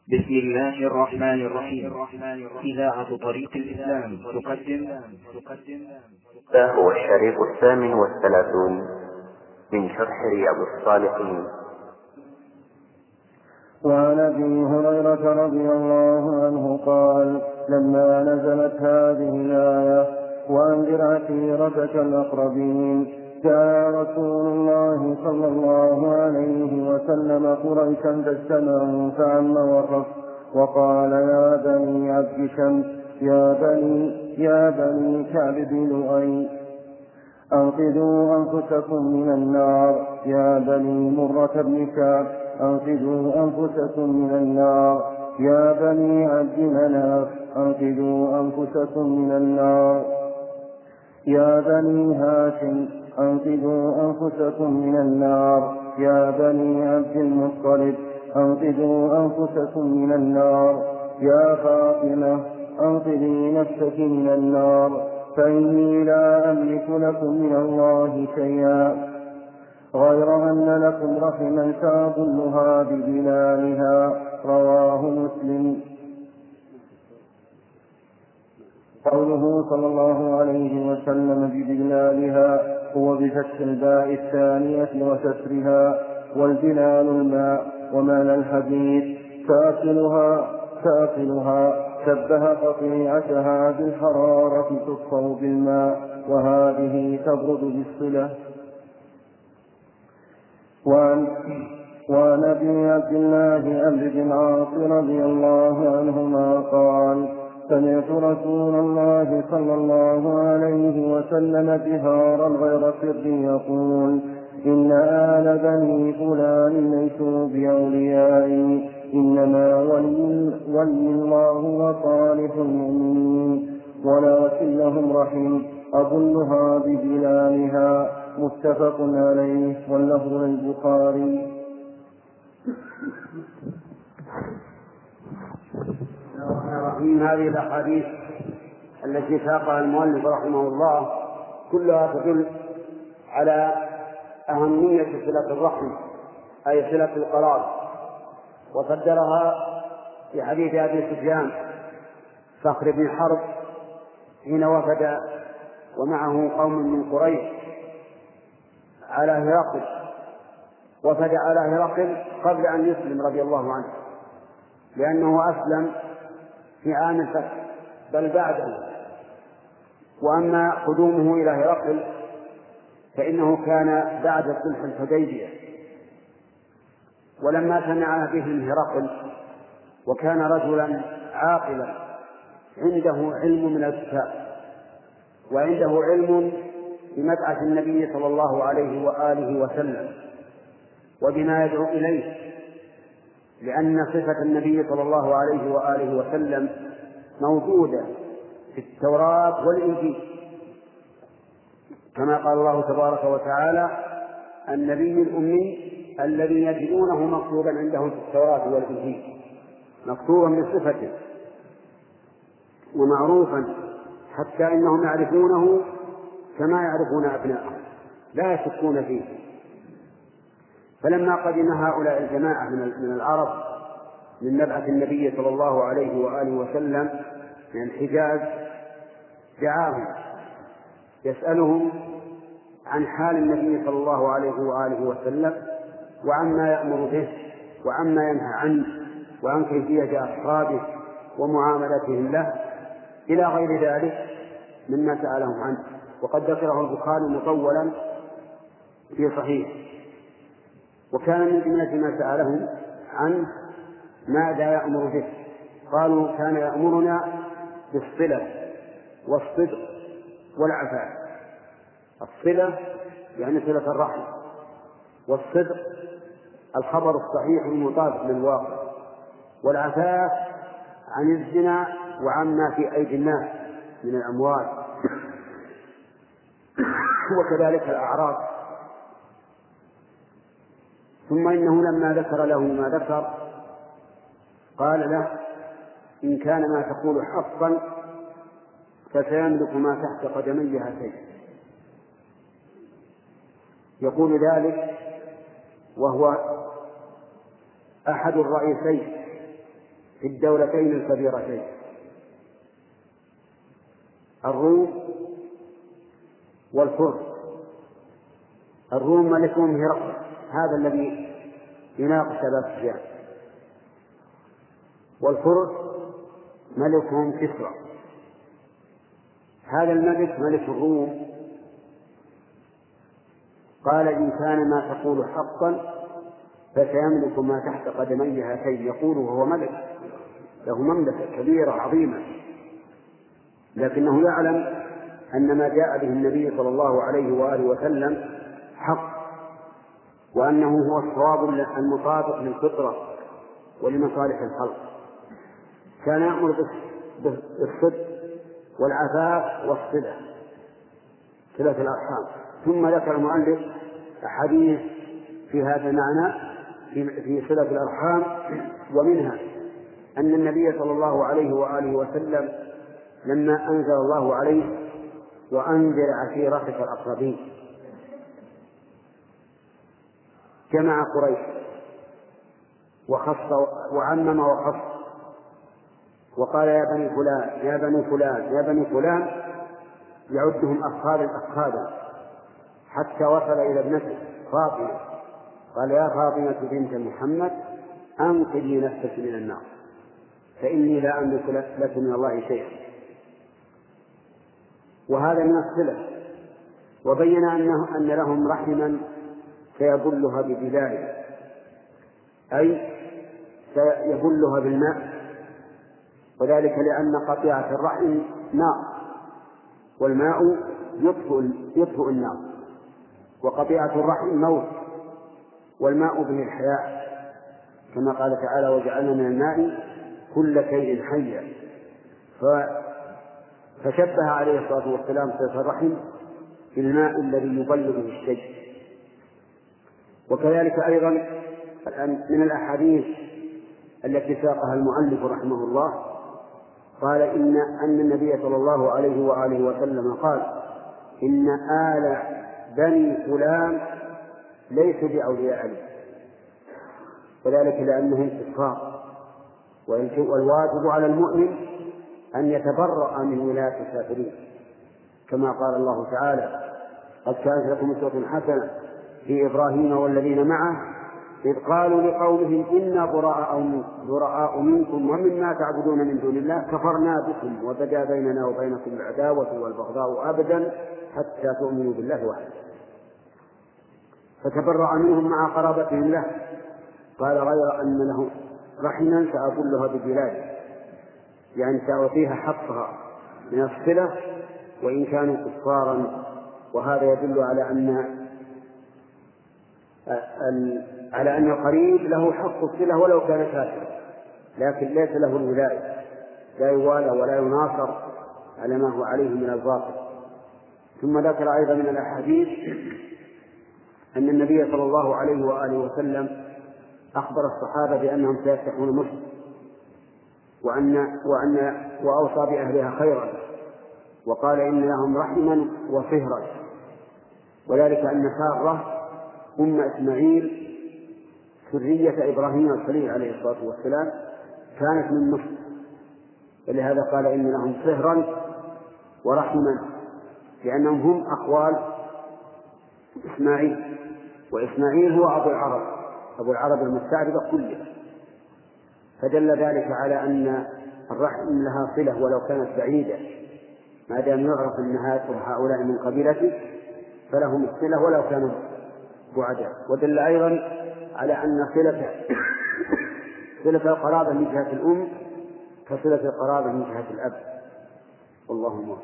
بسم الله الرحمن الرحيم. إذاعة طريق الإسلام تقدم هو الشريط 38 من شرح رياض الصالحين. وعن ابي هريره رضي الله عنه قال: لما نزلت هذه الايه وانذر عشيرتك الاقربين، جاء رسول الله صلى الله عليه وسلم قريشا فاجتمعوا فعم وخف وقال: يا بني عبد شمس، يا بني كعب بن لؤي، أنقذوا أنفسكم من النار. يا بني مرة بن كعب، أنقذوا أنفسكم من النار. يا بني عبد مناف، أنقذوا أنفسكم من النار. يا بني هاشم، أنقذوا أنفسكم من النار. يا بني عبد المطلب، أنقذوا أنفسكم من النار. يا فاطمة، أنقذي نفسك من النار، فإني لا أملك لكم من الله شيئا غير أن لكم رحما سأظلها بظلالها. رواه مسلم. قوله صلى الله عليه وسلم بظلالها هو بفتح الباء الثانية وكسرها، والظلال الماء. ومعنى الحديث تأكلها شبه قطيعتها بالحرارة تطفأ بالماء، وهذه تبرد بالصلة. وعن ابي عبد الله عمرو بن العاص رضي الله عنهما قال: سمعت رسول الله صلى الله عليه وسلم جهارا غير سر يقول: إن آل بني فلان ليسوا بأوليائي، إنما ولي الله وصالح المؤمنين، ولكن لهم رحم أظلها بظلالها. متفق عليه، واللفظ للبخاري. هذه الأحاديث التي ساقها المؤلف رحمه الله كلها تدل على أهمية صلة الرحم، أي صلة القرابة، وصدرها في حديث أبي سفيان صخر بن حرب حين وفد ومعه قوم من قريش على هرقل، وفد على هرقل قبل أن يسلم رضي الله عنه، لأنه أسلم في عام الفتح بل بعده. وأما قدومه إلى هرقل فإنه كان بعد صلح الحديبية، ولما سمع بهم هرقل وكان رجلا عاقلا عنده علم من الكتاب وعنده علم بمبعث النبي صلى الله عليه وآله وسلم وبما يدعو إليه، لأن صفة النبي صلى الله عليه وآله وسلم موجودة في التوراة والإنجيل، كما قال الله تبارك وتعالى: النبي الأمي الذي يجدونه مكتوبا عندهم في التوراة والإنجيل، مكتوبا بصفته ومعروفا حتى إنهم يعرفونه كما يعرفون أبناءهم لا يشكون فيه. فلما قدم هؤلاء الجماعة من العرب من مبعث النبي صلى الله عليه وآله وسلم من الحجاز دعاهم يسألهم عن حال النبي صلى الله عليه وآله وسلم وعما يأمر به وعما ينهى عنه وعن كيفية أصحابه ومعاملتهم له إلى غير ذلك مما سألهم عنه، وقد ذكره البخاري مطولا في صحيح. وكان من جملة ما سألهم عن ماذا يأمر به، قالوا: كان يأمرنا بالصلة والصدق والعفاف. الصلة يعني صلة الرحم، والصدق الخبر الصحيح المطابق للواقع، والعفاف عن الزنا وعما في أيدي الناس من الأموال وكذلك الأعراض. ثم إنه لما ذكر له ما ذكر قال له: إن كان ما تقول حقا فسيملك ما تحت قدمي هاتين. يقول ذلك وهو أحد الرئيسين في الدولتين الكبيرتين الروم والفرس. الروم ملكهم هرقل، هذا الذي يناقش أبا سفيان، والفرس ملكهم كسرى. هذا الملك ملك الروم قال إن كان ما تقول حقا فسيملك ما تحت قدمي هاتين، يقول وهو ملك له مملكة كبيرة عظيمة، لكنه يعلم أن ما جاء به النبي صلى الله عليه وآله وسلم حق، وأنه هو الصواب المطابق للفطرة ولمصالح الخلق. كان يأمر بالصدق والعفاف والصلة، صلة الأرحام. ثم ذكر المؤلف أحاديث في هذا المعنى في صلة الأرحام، ومنها أن النبي صلى الله عليه وآله وسلم لما أنزل الله عليه وأنذر عشيرتك الأقربين جمع قريش وخص وعمم وخص، وقال يا بني فلان يا بني فلان يا بني فلان، يعدهم أفخاذا حتى وصل إلى ابنته فاطمة، قال يا فاطمة بنت محمد أنقذي نفسك من النار فإني لا أملك لك من الله شيئا. وهذا من الصلة. وبين أن لهم رحما سيبلها ببلاله، أي سيبلها بالماء، وذلك لأن قطيعة الرحم نار، والماء يطفئ النار، وقطيعة الرحم موت، والماء به الحياة، كما قال تعالى وجعلنا من الماء كل شيء حي. فشبه عليه الصلاة والسلام صلة الرحم بالماء الذي يبل به الشيء. وكذلك أيضا من الأحاديث التي ساقها المؤلف رحمه الله قال أن النبي صلى الله عليه وآله وسلم قال إن آل بني فلان ليسوا بأولياء علي، وذلك لأنهم كفار، والواجب على المؤمن أن يتبرأ من ولاية الكافرين، كما قال الله تعالى قد كانت لكم أسوة حسنة في إبراهيم والذين معه إذ قالوا لقومهم إنا براء منكم ومما تعبدون من دون الله كفرنا بكم وبدا بيننا وبينكم العداوة والبغضاء أبدا حتى تؤمنوا بالله وحده. فتبرأ منهم مع قرابتهم له، قال غير أن له رحما سأبلها ببلاده، يعني سأعطيها حقها من الصلة وإن كانوا كفارا. وهذا يدل على أن القريب له حق الصلة ولو كان كافرا، لكن ليس له الولاية، لا يوالى ولا يناصر على ما هو عليه من الباطل. ثم ذكر أيضا من الأحاديث أن النبي صلى الله عليه وآله وسلم أخبر الصحابة بأنهم سيفتحون مصر وأوصى بأهلها خيرا، وقال إن لهم رحما وصهرا، وذلك أن سارة أم إسماعيل سرية إبراهيم الخليل عليه الصلاة والسلام كانت من مصر، ولهذا قال إن لهم صهرا ورحما، لأنهم هم أخوال إسماعيل، وإسماعيل هو أبو العرب المستعربة كلها. فدل ذلك على أن الرحم لها صلة ولو كانت بعيدة، ما دام يعرف أن هؤلاء من قبيلته فلهم الصلة ولو كانوا بعدا. ودل أيضا على أن صلة القرابة من جهة الأم كصلة القرابة من جهة الأب. والله موفق.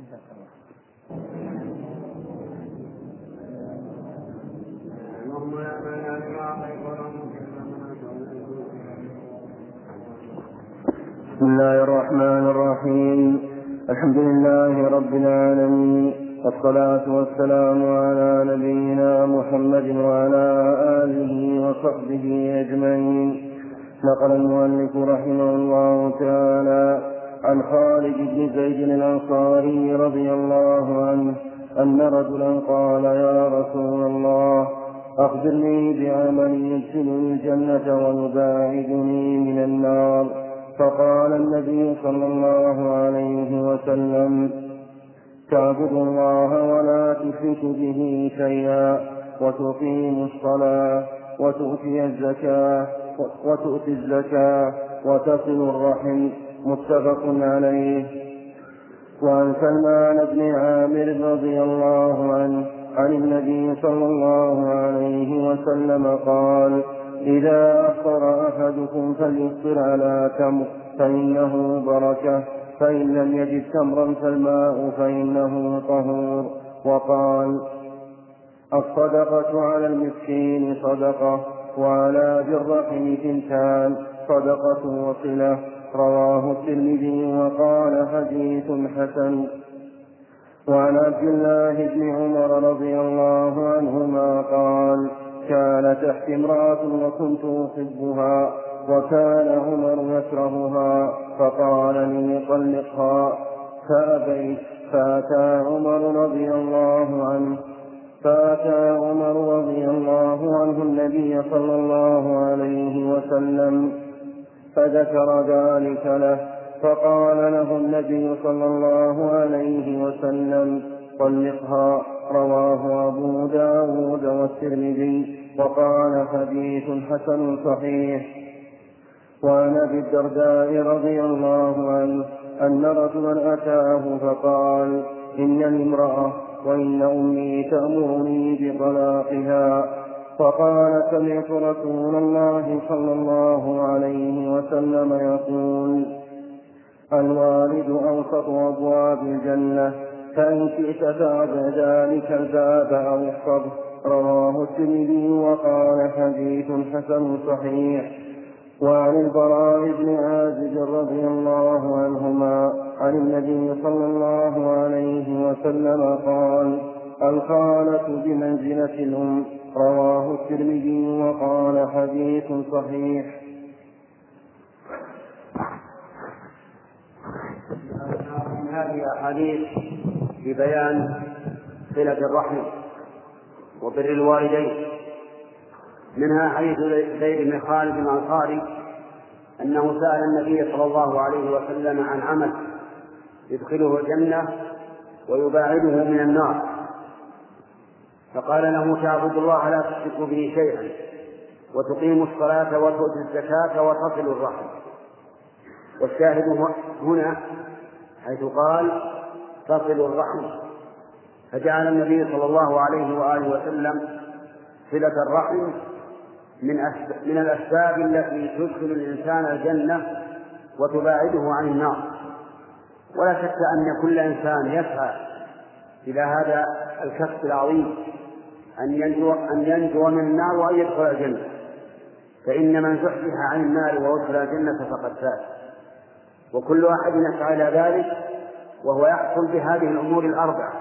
بسم الله الرحمن الرحيم. الحمد لله رب العالمين، والصلاة والسلام على نبينا محمد وعلى آله وصحبه أجمعين. نقل المؤلف رحمه الله تعالى عن خالد بن زيد الأنصاري رضي الله عنه أن رجلا قال يا رسول الله أخبرني بعمل يدخلني الجنة ويباعدني من النار. فقال النبي صلى الله عليه وسلم: تعبد الله ولا تشرك به شيئا، وتقيم الصلاة، وتؤتي الزكاة، وتصل الرحم. متفق عليه. وعن سلمان بن عامر رضي الله عنه عن النبي صلى الله عليه وسلم قال: إذا أفطر أحدكم فليفطر على تمر فإنه بركة، فإن لم يجد تمرا فالماء فإنه طهور. وقال: الصدقة على المسكين صدقة، وعلى ذي الرحم ثنتان، صدقة وصلة. رواه الترمذي وقال: حديث حسن. وعن عبد الله بن عمر رضي الله عنهما قال: كان تحت امرأة وكنت أحبها، وكان عمر يكرهها، فقال لي: طلقها، فأبيت، فأتى عمر رضي الله عنه النبي صلى الله عليه وسلم فذكر ذلك له، فقال له النبي صلى الله عليه وسلم: طلقها. رواه أبو داود والترمذي وقال: حديث حسن صحيح. وعن أبي الدرداء رضي الله عنه أن رجلا أتاه فقال: إنني امرأة وإن أمي تأمرني بطلاقها. فقال: سمعت رسول الله صلى الله عليه وسلم يقول: الوالد أوسط أبواب الجنة، فإن شئت بعد ذلك الباب أو احفظه. رواه الترمذي وقال: حديث حسن صحيح. وعن البراء بن عازب رضي الله عنهما عن النبي صلى الله عليه وسلم قال: الخالة بمنزلة الأم. رواه الترمذي وقال: حديث صحيح. من هذه الأحاديث في بيان صلة الرحم وبر الوالدين، منها حديث زيد بن خالد الأنصاري أنه سأل النبي صلى الله عليه وسلم عن عمل يدخله الجنة ويباعده من النار، فقال له: تعبد الله لا تشرك به شيئا، وتقيم الصلاة، وتؤتي الزكاة، وتصل الرحم. والشاهد هنا حيث قال: تصل الرحم، فجعل النبي صلى الله عليه وآله وسلم صلة الرحم من الأسباب التي تدخل الإنسان الجنة وتباعده عن النار. ولا شك أن كل إنسان يسعى إلى هذا الكسب العظيم أن ينجو من النار وأن يدخل الجنة، فإن من زحزح عن النار وادخل الجنة فقد فاز. وكل واحد يسعى إلى ذلك وهو يحصل بهذه الأمور الأربعة: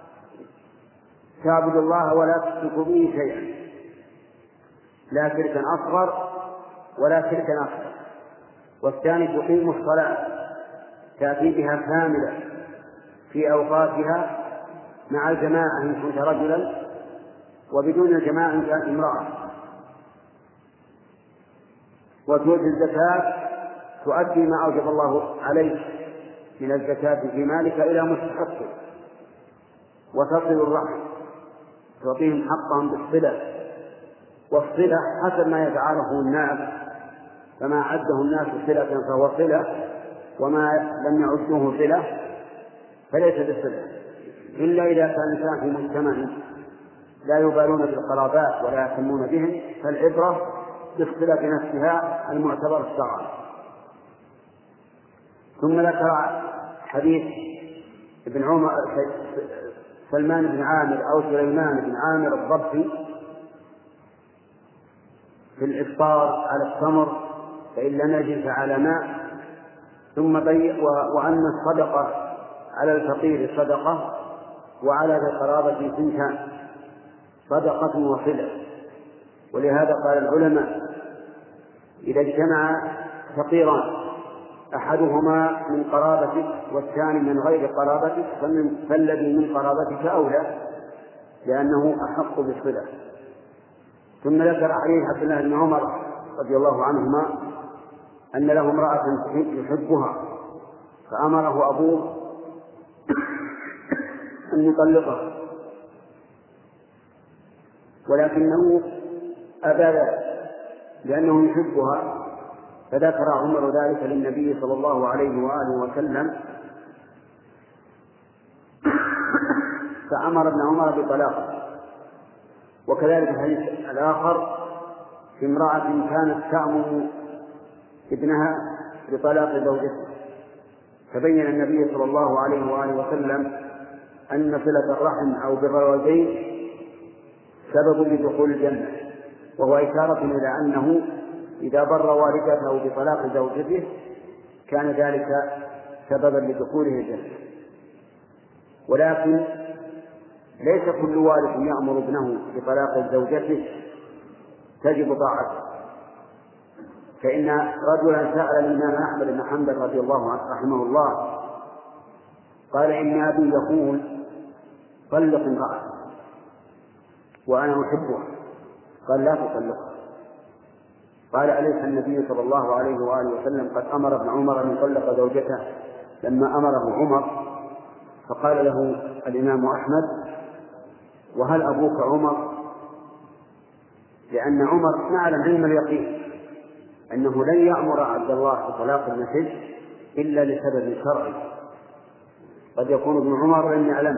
تعبد الله ولا تشرك به شيئا، لا شركا أصغر ولا شركا أكبر. والثاني: تقيم الصلاة، تأتي بها كاملة في أوقاتها مع الجماعة إن كنت رجلا، وبدون الجماعة إن كانت امرأة. وتؤتي الزكاة، تؤدي ما أوجب الله عليك من الزكاة في مالك إلى مستحقه. وتصل الرحم، تعطيهم حقهم بالصلة، والصلة حسب ما يتعارفه الناس، فما عده الناس صلة فهو صلة، وما لم يعدوه صلة فليس بصلة، إلا إذا كان الإنسان في مجتمع لا يبالون بالقرابات ولا يهتمون بهم، فالعبرة بالصلة نفسها المعتبر الشرعي. ثم ذكر حديث ابن عمر سلمان بن عامر أو سليمان بن عامر الضبي في الإفطار على التمر فإن لم يجد فعلى ماء، ثم وأن الصدقة على الفقير صدقة، وعلى ذي القرابة ثنتان، صدقة وصلة. ولهذا قال العلماء: إذا اجتمع فقيران أحدهما من قرابتك والثاني من غير قرابتك فالذي من قرابتك أولى، لأنه أحق بالصلة. ثم ذكر حديث عبد الله بن عمر رضي الله عنهما أن له امرأة يحبها فأمره أبوه أن يطلقها، ولكنه أبى لأنه يحبها، فذكر عمر ذلك للنبي صلى الله عليه وآله وسلم، فأمر ابن عمر بطلاقه. وكذلك الحديث الآخر في امرأة كانت تأمر ابنها بطلاق زوجته، فبين النبي صلى الله عليه وآله وسلم أن صلة الرحم أو بر الوالدين سبب لدخول الجنة، وهو إشارة إلى أنه إذا بر والدته بطلاق زوجته كان ذلك سببا لدخوله الجنة. ولكن ليس كل والد يأمر ابنه بطلاق زوجته تجب طاعته، فإن رجلا سأل الإمام أحمد بن حنبل رضي الله عنه رحمه الله قال إن أبي يقول طلق امرأة وأنا أحبها، قال لا تطلقها. قال أليس النبي صلى الله عليه وآله وسلم قد أمر ابن عمر أن يطلق زوجته لما أمره عمر؟ فقال له الإمام أحمد وهل أبوك عمر؟ لأن عمر نعلم علم اليقين أنه لن يأمر عبد الله بطلاق المثل إلا لسبب شرعي، قد يكون ابن عمر لم يعلم،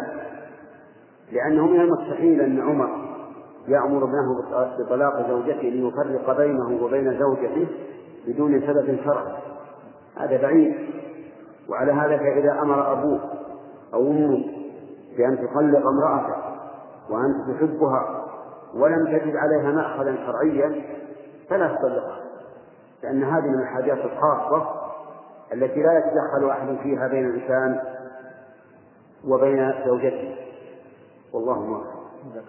لأنه من المستحيل أن عمر يأمر ابنه بطلاق زوجته ليفرق بينه وبين زوجته بدون سبب شرعي، هذا بعيد. وعلى هذا فإذا أمر أبوه أو أمه بأن تطلق امرأته وأنت تحبها ولم تجد عليها مأخذا شرعيا فلا تطلقها، لأن هذه من الحاجات الخاصة التي لا يتدخل أحد فيها بين الإنسان وبين زوجته، والله موفق.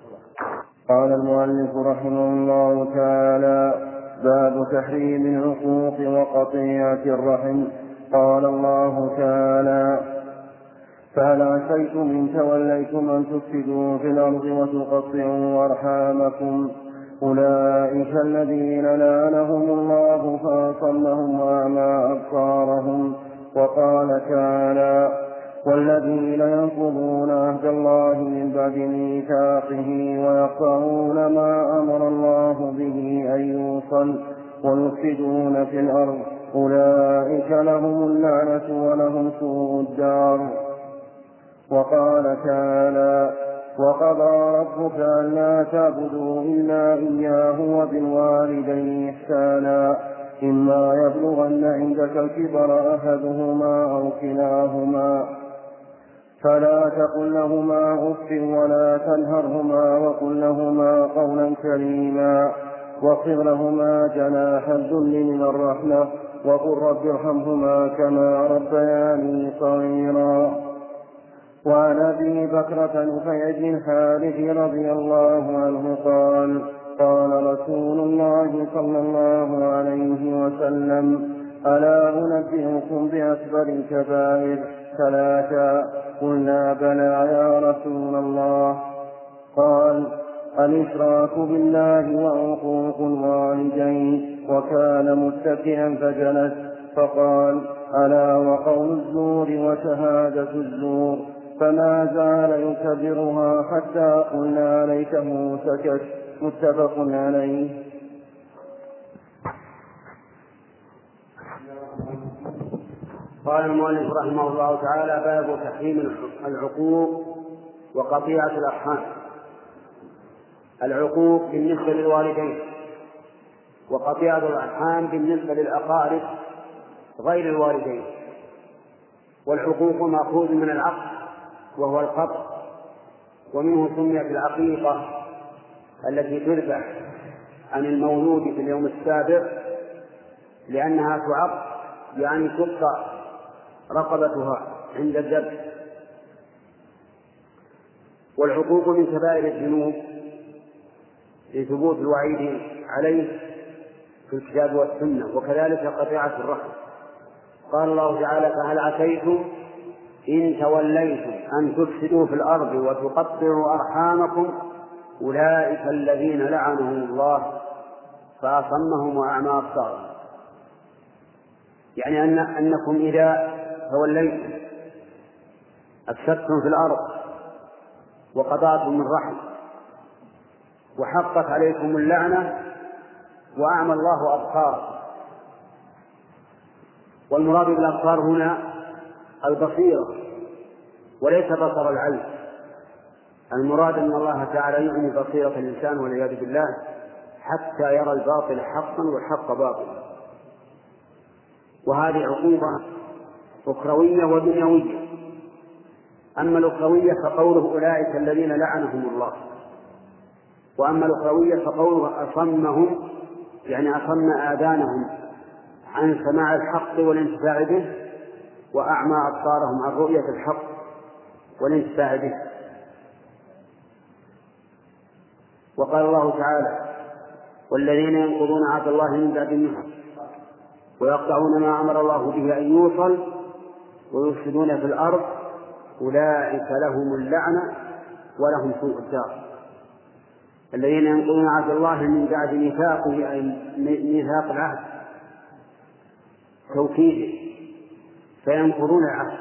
قال المؤلف رحمه الله تعالى: باب تحريم العقوق وقطيعة الرحم. قال الله تعالى: فهل عسيتم إن توليتم أن تفسدوا في الأرض وتقطعوا أرحامكم أولئك الذين لعنهم الله فأصمهم وأعمى أبصارهم. وقال تعالى: والذين ينقضون عهد الله من بعد ميثاقه ويقطعون ما أمر الله به أن يوصل ويفسدون في الأرض أولئك لهم اللعنة ولهم سوء الدار. وقال تعالى: وقضى ربك ألا تعبدوا إلا إياه وبالوالدين إحسانا إما يبلغن عندك الكبر أحدهما أو كلاهما فلا تقل لهما أف ولا تنهرهما وقل لهما قولا كريما واخفض لهما جناح الذل من الرحمة وقل رب ارحمهما كما ربياني صغيرا. وعن أبي بكرة نفيع بن الحارث رضي الله عنه قال: قال رسول الله صلى الله عليه وسلم: ألا أنبئكم بأكبر الكبائر ثلاثا؟ قلنا: بلى يا رسول الله. قال: الإشراك بالله وعقوق الوالدين. وكان متكئا فجلس فقال: ألا وقول الزور وشهادة الزور. فما زال يكبرها حتى قلنا ليته سكت. متفق عليه. قال المؤلف رحمه الله تعالى: باب تحريم العقوق وقطيعة الأرحام. العقوق بالنسبة للوالدين، وقطيعة الأرحام بالنسبة للأقارب غير الوالدين. والعقوق مأخوذ من العقد وهو القطع، ومنه سميت العقيقة التي تذبح عن المولود في اليوم السابع، لأنها تعق يعني تقطع رقبتها عند الذبح. والعقوق من كبائر الذنوب لثبوت الوعيد عليه في الكتاب والسنة، وكذلك قطيعة الرحم. قال الله تعالى: فهل عسيتم إن توليتم أن تفسدوا في الأرض وتقطعوا أرحامكم أولئك الذين لعنهم الله فأصمهم وأعمى أبصارهم. يعني أنكم إذا توليتم أفسدتم في الأرض وقطعتم من رحم وحقت عليكم اللعنة وأعمى الله أبصاركم. والمراد بالأبصار هنا البصيرة وليس بصر العين. المراد أن الله تعالى يعمي بصيرة الإنسان والعياذ بالله حتى يرى الباطل حقا والحق باطلا. وهذه عقوبة أخروية ودنيوية. أما الأخروية فقوله أولئك الذين لعنهم الله، وأما الأخروية فقوله أصمهم، يعني أصم آذانهم عن سماع الحق والانتفاع به، وأعمى أبصارهم عن رؤية الحق والانتفاع به. وقال الله تعالى والذين ينقضون عهد الله من بعد ميثاقه ويقطعون ما أمر الله به أن يوصل ويفسدون في الأرض أولئك لهم اللعنة ولهم سوء الدار. الذين ينقضون عهد الله من بعد ميثاقه أي ميثاق العهد توكيده، فينقضون العهد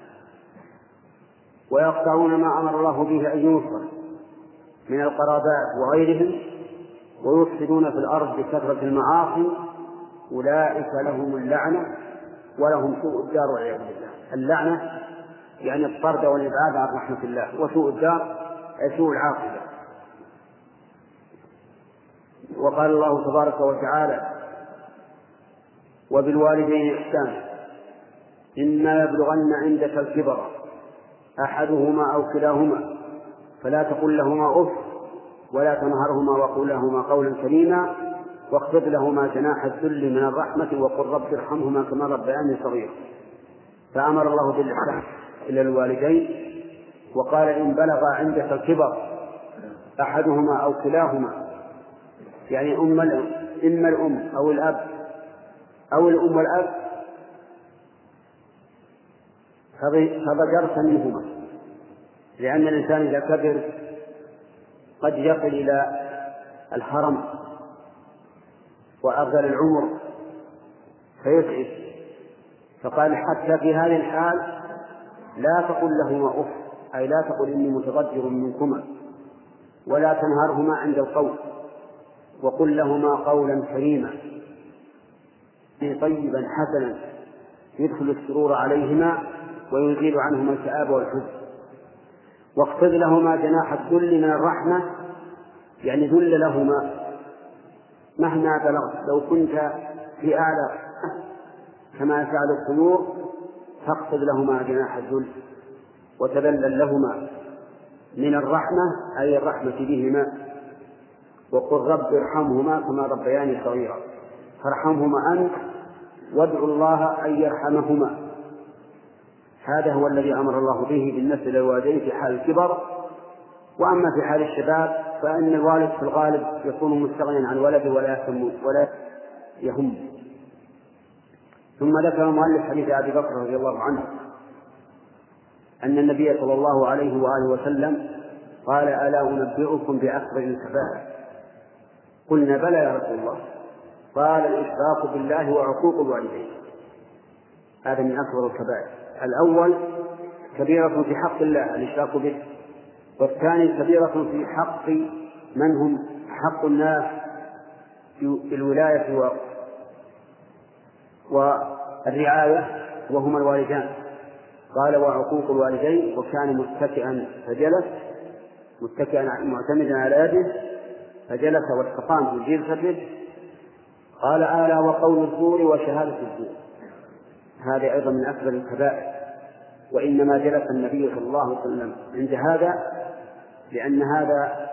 ويقطعون ما أمر الله به أن يوصل من القرابات وغيرهم ويفسدون في الأرض بكثرة المعاصي أولئك لهم اللعنة ولهم سوء الدار والعياذ بالله. اللعنة يعني الطرد والإبعاد عن رحمة الله، وسوء الدار أي سوء العاقبة. وقال الله تبارك وتعالى وبالوالدين إحسانا إما يبلغن عندك الكبر أحدهما أو كلاهما فلا تقل لهما أف ولا تنهرهما وقل لهما قولا كريما واخفض لهما جناح الذل من الرحمة وقل رب ارحمهما كما ربياني صغيرا. فأمر الله بالإحسان إلى الوالدين وقال إن بلغ عندك الكبر أحدهما أو كلاهما، يعني إما الأم أو الأب أو الأم والأب فضجرت منهما، لأن الإنسان إذا كبر قد يصل إلى الهرم وأفضل العمر فيتعب. فقال حتى في هذه الحال لا تقل لهما أف، أي لا تقل إني متضجر منكما، ولا تنهرهما عند القول، وقل لهما قولا كريما طيبا حسنا يدخل السرور عليهما ويزيل عنهما الكآبة والحزن. واخفض لهما جناح الذل من الرحمة، يعني ذل لهما مهما بلغت. لو كنت في أعلى كما يفعل الطيور فاخفض لهما جناح الذل وتذلل لهما من الرحمة أي الرحمة بهما. وقل رب ارحمهما كما ربياني صغيرا، فارحمهما أنت وادعوا الله أن يرحمهما. هذا هو الذي أمر الله به بالنسبة للوالدين في حال الكبر. وأما في حال الشباب فإن الوالد في الغالب يكون مستغنيا عن ولده ولا يهم. ثم ذكر المؤلف حديث أبي بكر رضي الله عنه أن النبي صلى الله عليه وآله وسلم قال ألا أنبئكم بأكبر الكبائر؟ قلنا بلى يا رسول الله. قال الإشراك بالله وعقوق الوالدين. هذا من أكبر الكبائر. الأول كبيرة في حق الله الإشراك به، والثاني كبيرة في حق من هم حق الناس في الولاية والرعاية وهما الوالدان. قال وعقوق الوالدين، وكان متكئا فجلس متكئا معتمدا على يده فجلس واستقام في جلسته. قال آلا وقول الزور وشهادة الزور. هذا أيضا من أكبر الكبائر. وإنما جلس النبي صلى الله عليه وسلم عند هذا لأن هذا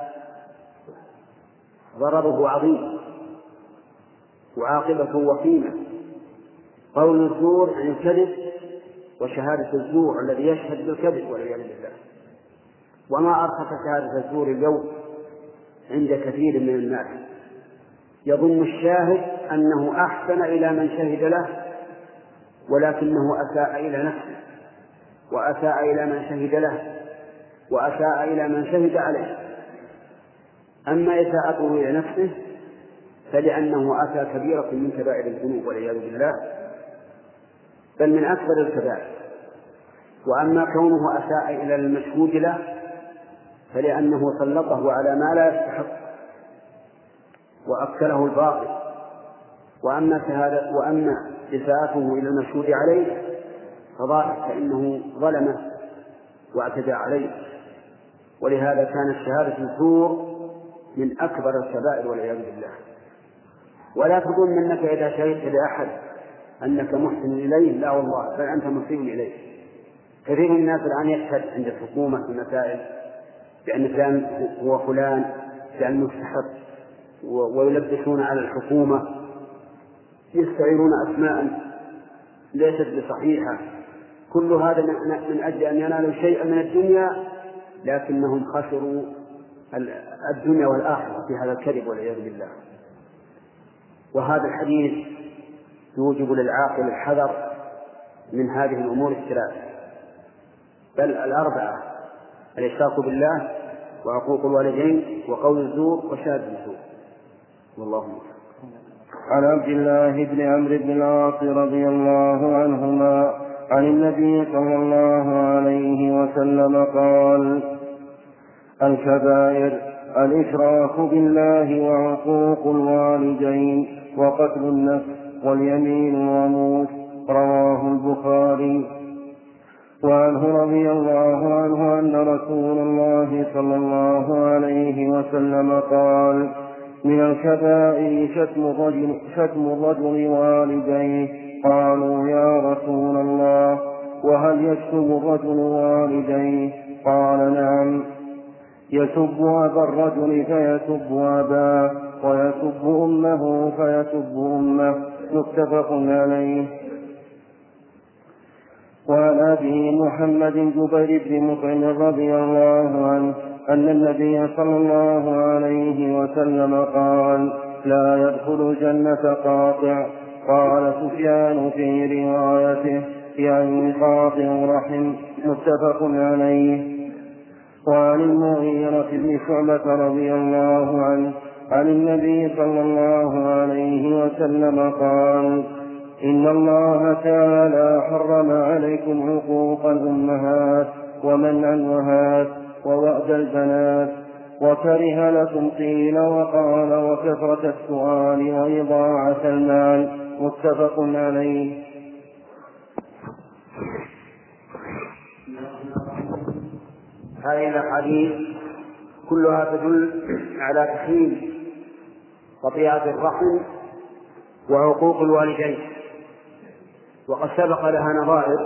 ضرره عظيم وعاقبته وخيمة. قول الزور عن الكذب وشهادة الزور الذي يشهد بالكذب والعياذ بالله. وما أرخص شهادة الزور اليوم عند كثير من الناس. يظن الشاهد أنه أحسن إلى من شهد له ولكنه أساء إلى نفسه وأساء إلى من شهد له وأساء إلى من شهد عليه. أما إساءته إلى نفسه فلأنه أتى كبيرة من كبائر الذنوب والعياذ بالله. بل من أكبر الكبائر. وأما كونه أساء إلى المشهود له فلأنه سلطه على ما لا يستحق وأكله الباطل. وأما إساءته إلى المشهود عليه فظاهر فإنه ظلمه واعتدى عليه. ولهذا كانت شهادة الزور من أكبر الكبائر والعياذ بالله. ولا تظن أنك إذا شهدت لأحد أنك محسن إليه، لا والله، بل أنت مسيء إليه. كثير من الناس الآن يشهد عند الحكومة في المسائل بأن فلان هو فلان فلان مستحق، ويلبسون على الحكومة، يستعيرون أسماء ليست بصحيحة. كل هذا من أجل أن ينالوا شيئا من الدنيا، لكنهم خسروا الدنيا والآخرة في هذا الكذب والعياذ بالله. وهذا الحديث يوجب للعاقل الحذر من هذه الأمور الثلاث، بل الأربعة: الإشراك بالله، وعقوق الوالدين، وقول الزور، وشهادة الزور. والله أعلم. عن عبد الله بن عمرو بن العاص رضي الله عنهما عن النبي صلى الله عليه وسلم قال: الكبائر الإشراك بالله وعقوق الوالدين وقتل النفس واليمين والغموس. رواه البخاري. وعنه رضي الله عنه أن رسول الله صلى الله عليه وسلم قال: من الكبائر شتم الرجل والديه. قالوا: يا رسول الله، وهل يشتم الرجل والديه؟ قال: نعم، يسب أبا الرجل فيسب أباه، ويسب أمه فيسب أمه. متفق عليه. وعن أبي محمد جبير بن مطعم رضي الله عنه أن النبي صلى الله عليه وسلم قال: لا يدخل الجنة قاطع. قال سفيان في روايته: يعني قاطع رحم. متفق عليه. وعن المغيرة بن شعبة رضي الله عنه عن النبي صلى الله عليه وسلم قال: إن الله تعالى حرم عليكم عقوق الأمهات ومنع الوهات ووأد البنات، وكره لكم قيل وقال وكثرة السؤال وإضاعة المال. متفق عليه. هذه الأحاديث كلها تدل على تحريم قطيعة الرحم وعقوق الوالدين، وقد سبق لها نظائر.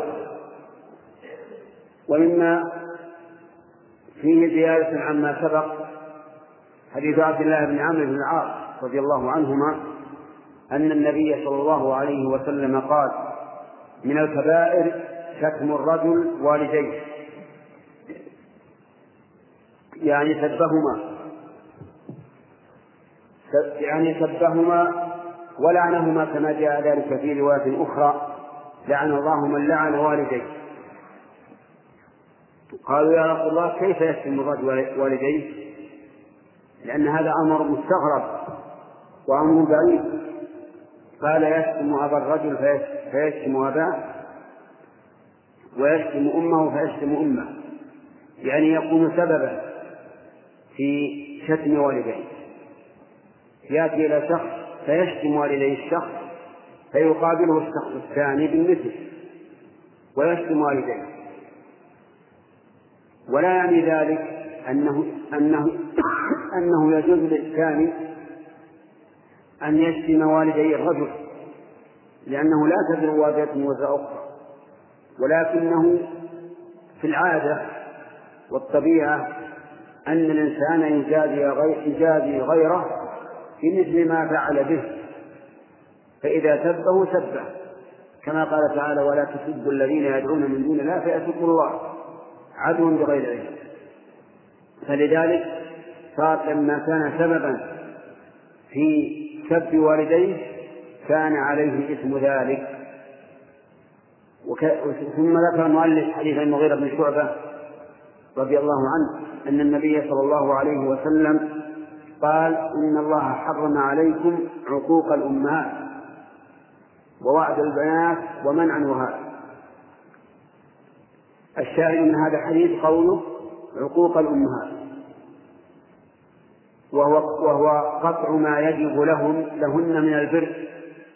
ومما فيه زيادة عما سبق حديث عبد الله بن عمرو بن العاص رضي الله عنهما أن النبي صلى الله عليه وسلم قال: من الكبائر شتم الرجل والديه، يعني سبهما ولعنهما، كما جاء ذلك في رواية أخرى: لعن الله من لعن والديه. قالوا: يا رسول الله، كيف يشتم الرجل والديه؟ لأن هذا أمر مستغرب وأمر بعيد. قال: يشتم أبا الرجل فيشتم أباه، ويشتم أمه فيشتم أمه، يعني يكون سببا في شتم والديه. يأتي إلى شخص فيشتم والديه الشخص، فيقابله الشخص الثاني بالمثل ويشتم والديه. ولا يعني ذلك أنه يجوز للثاني أن يشتم والدي الرجل، لأنه لا تدر وازرة وزر أخرى، ولكنه في العادة والطبيعة أن الإنسان يجازي غيره بمثل ما فعل به، فإذا سبه سبه، كما قال تعالى: ولا تسبوا الذين يدعون من دون الله فيسبوا الله عدوا بغير علم. فلذلك صار لما كان سببا في سب والديه كان عليه اسم ذلك. ثم ذكر المؤلف حديث المغيرة بن شعبة رضي الله عنه أن النبي صلى الله عليه وسلم قال: إن الله حرم عليكم عقوق الأمهات ووعد البنات ومنع وهاب. الشاهد من هذا الحديث قوله عقوق الأمهات، وهو قطع ما يجب لهن من البر.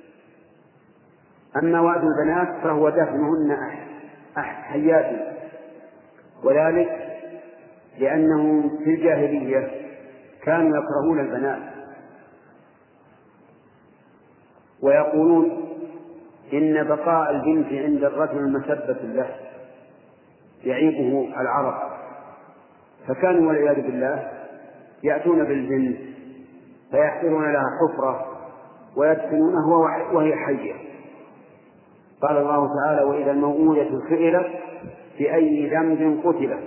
أما وعد البنات فهو دفنهن حيات، وذلك لأنهم في الجاهلية كانوا يكرهون البنات ويقولون إن بقاء البنت عند الرجل مسبة له يعيبه العرب، فكانوا والعياذ بالله يأتون بالبنت فيحفرون لها حفرة ويدفنونها وهي حية. قال الله تعالى: وإذا الموءودة سئلت بأي ذنب قتلت.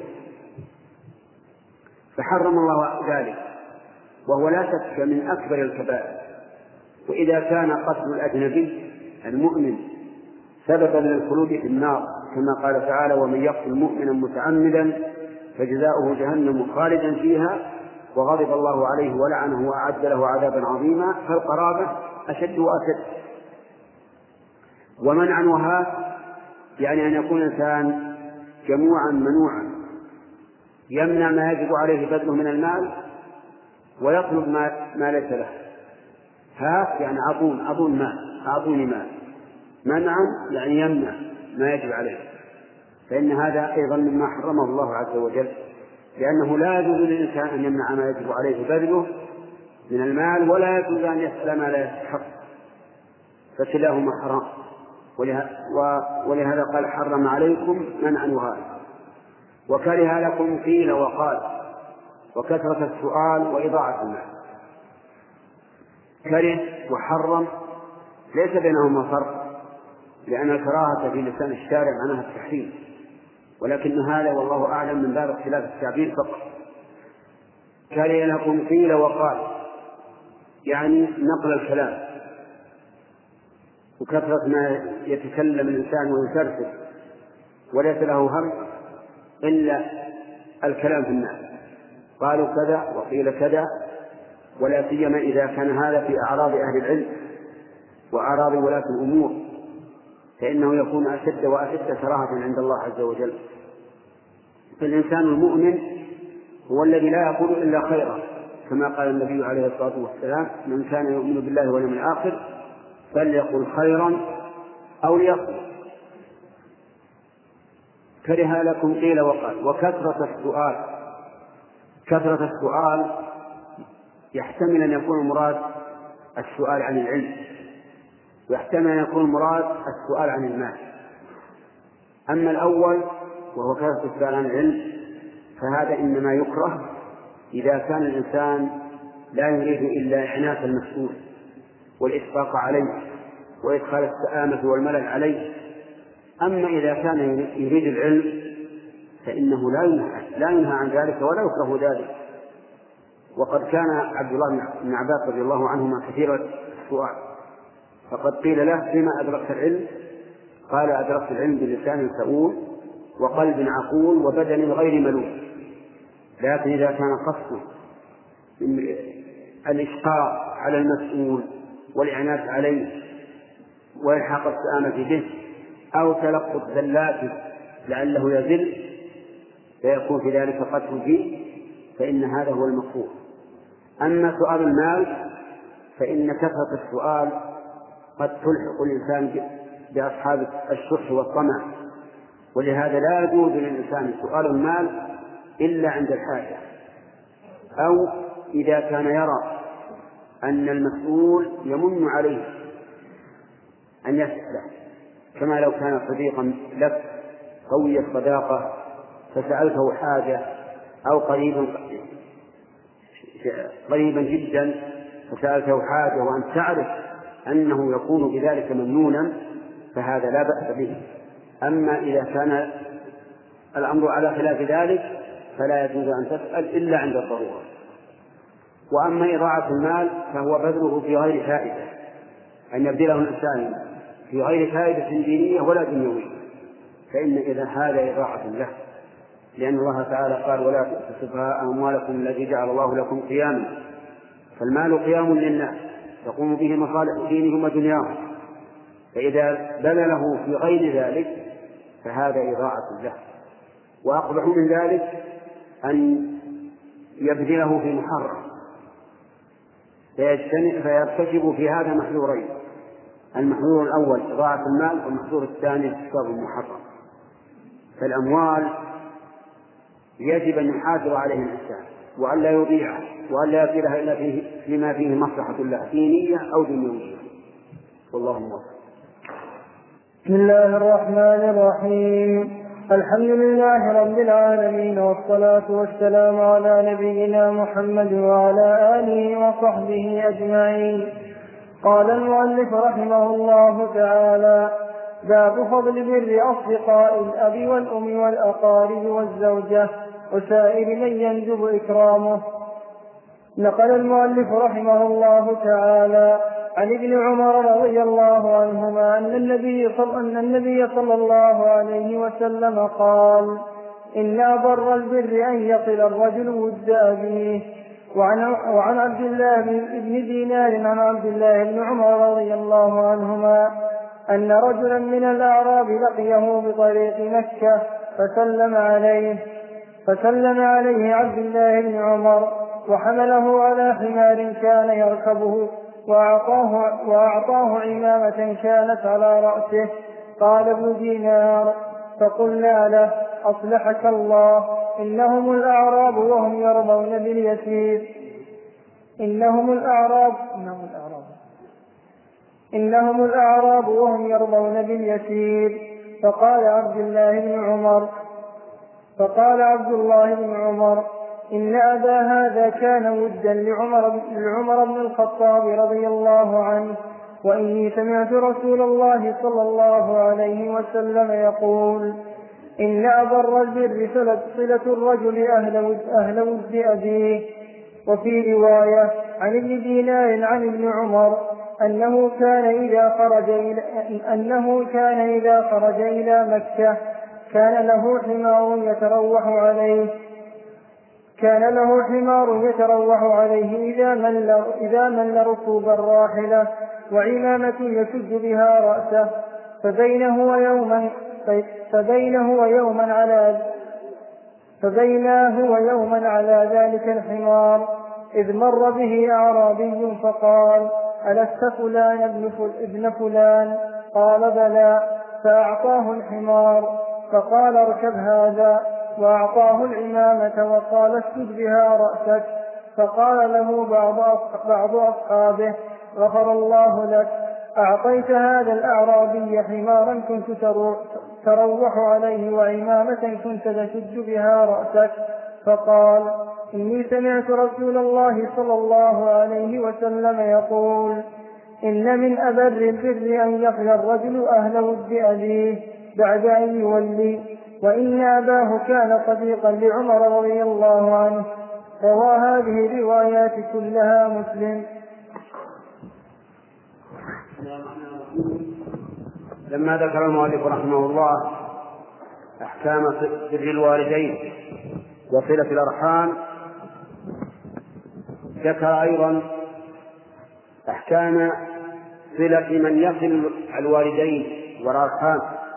فحرم الله ذلك، وهو لا شك من أكبر الكبائر. وإذا كان قتل الأجنبي المؤمن سببا للخلود في النار كما قال تعالى: ومن يقتل مؤمنا متعمدا فجزاؤه جهنم خالدا فيها وغضب الله عليه ولعنه وأعد له عذابا عظيما، فالقرابة أشد وأشد. ومنع وهاب يعني أن يكون الإنسان جموعا منوعا، يمنع ما يجب عليه بذله من المال ويطلب ما ليس له. هات يعني أعطوني مال. منعا يعني يمنع ما يجب عليه، فإن هذا أيضا مما حرمه الله عز وجل، لأنه لا يجوز للإنسان أن يمنع ما يجب عليه بذله من المال، ولا يجوز أن يسأل ما لا يستحق، فكلاهما حرام. ولهذا قال: حرم عليكم منعا وهذا. وكره لكم قيل وقال وكثرة السؤال وإضاعة المال. كره وحرم ليس بينهما فرق، لأن الكراهة في لسان الشارع معناها التحريم، ولكن هذا والله أعلم من باب اختلاف التعبير فقط. كره لكم قيل وقال يعني نقل الكلام وكثرة ما يتكلم الإنسان ويسرسل وليس له هم إلا الكلام في الناس، قالوا كذا وقيل كذا، ولا سيما إذا كان هذا في أعراض أهل العلم وأعراض ولاة الأمور، فإنه يكون أشد وأشد كراهة عند الله عز وجل. فالإنسان المؤمن هو الذي لا يقول إلا خيرا، كما قال النبي عليه الصلاة والسلام: من كان يؤمن بالله واليوم الآخر فليقل خيرا أو ليصمت. كره لكم قيل وقال. وكثرة السؤال، كثرة السؤال يحتمل أن يكون المراد السؤال عن العلم، ويحتمل أن يكون المراد السؤال عن المال. أما الأول وهو كثرة السؤال عن العلم فهذا إنما يكره إذا كان الإنسان لا يريد إلا إعناف المسؤول والإشفاق عليه وإدخال السآمة والملل عليه. أما إذا كان يريد العلم فإنه لا ينهى عن ذلك ولا يكره ذلك. وقد كان عبد الله بن عباس رضي الله عنهما كثير السؤال، فقد قيل له: فيما أدركت العلم؟ قال: أدركت العلم بلسان سؤول وقلب عقول وبدن غير ملول. لكن إذا كان قصده الإشقاق على المسؤول والإعناف عليه وإلحاق السآمة به أو تلقط ذلاته لعله يذل فيكون في ذلك قتل فيه، فإن هذا هو المكروه. أما سؤال المال فإن كثرة السؤال قد تلحق الإنسان بأصحاب الشح والطمع، ولهذا لا يجوز للإنسان سؤال المال إلا عند الحاجة، أو إذا كان يرى أن المسؤول يمن عليه أن يسأله، كما لو كان صديقا لك قوي الصداقة فسألته حاجة أو قريبا جدا فسألته حاجة وأن تعرف أنه يكون بذلك ممنونا فهذا لا بأس به. أما إذا كان الأمر على خلاف ذلك فلا يجوز أن تسأل إلا عند الضرورة. وأما إضاعة المال فهو بذله في غير فائدة، أن يبذله الإنسان في غير فائدة دينية ولا دنيوية، فإن إذا هذا إضاعة له، لأن الله تعالى قال: ولا تؤتوا السفهاء أموالكم التي جعل الله لكم قياما. فالمال قيام للناس تقوم به مصالح دينهم ودنياهم، فإذا بذله في غير ذلك فهذا إضاعة له. وأقبح من ذلك أن يبذله في محرم فيرتكب في هذا محذورين: المحذور الأول إضاعة المال، والمحذور الثاني ارتكاب المحرم. فالأموال يجب أن يحافظ عليه الإنسان وأن لا يضيعها وأن لا يبذلها إلا فيما فيه مصلحة له دينية أو دنيوية. والله موفق. بسم الله الرحمن الرحيم. الحمد لله رب العالمين، والصلاة والسلام على نبينا محمد وعلى آله وصحبه أجمعين. قال المؤلف رحمه الله تعالى: باب فضل بر أصدقاء الأب والأم والأقارب والزوجة وسائر من يندب إكرامه. نقل المؤلف رحمه الله تعالى عن ابن عمر رضي الله عنهما أن النبي صلى الله عليه وسلم قال: إن أبر البر أن يصل الرجل ود أبيه. وعن عبد الله بن دينار عن عبد الله بن عمر رضي الله عنهما أن رجلا من الأعراب لقيه بطريق مكة فسلم عليه عبد الله بن عمر، وحمله على حمار كان يركبه، وأعطاه عمامة كانت على رأسه. قال ابن دينار: فقلنا له: أصلحك الله، إنهم الأعراب وهم يرضون باليسير. فقال عبد الله بن عمر: إن أبا هذا كان ودا لعمر بن الخطاب رضي الله عنه، وإني سمعت رسول الله صلى الله عليه وسلم يقول: إن أبر البر صلة الرجل أهل ود أبيه. وفي رواية عن ابن دينار عن ابن عمر أنه كان إذا خرج إلى مكة كان له حمار يتروح عليه إذا مل ركوب الراحلة، وعمامة يشد بها رأسه. فبينه يوما على ذلك الحمار إذ مر به أعرابي فقال: ألست فلان ابن فلان؟ قال: بلى. فأعطاه الحمار فقال: اركب هذا. وأعطاه العمامة وقال: اسجد بها رأسك. فقال له بعض أصحابه: غفر الله لك، أعطيت هذا الأعرابي حمارا كنت تروح عليه وعمامة كنت تشد بها رأسك. فقال: إني سمعت رسول الله صلى الله عليه وسلم يقول: إن من أبر البر أن يصل الرجل أهل ود أبيه بعد أن يولي. وإن أباه كان صديقا لعمر رضي الله عنه. روى هذه الروايات كلها مسلم. لما ذكر المؤلف رحمه الله أحكام بر الوالدين وصلة الأرحام، ذكر أيضا أحكام صلة من يصل الوالدين والأرحام،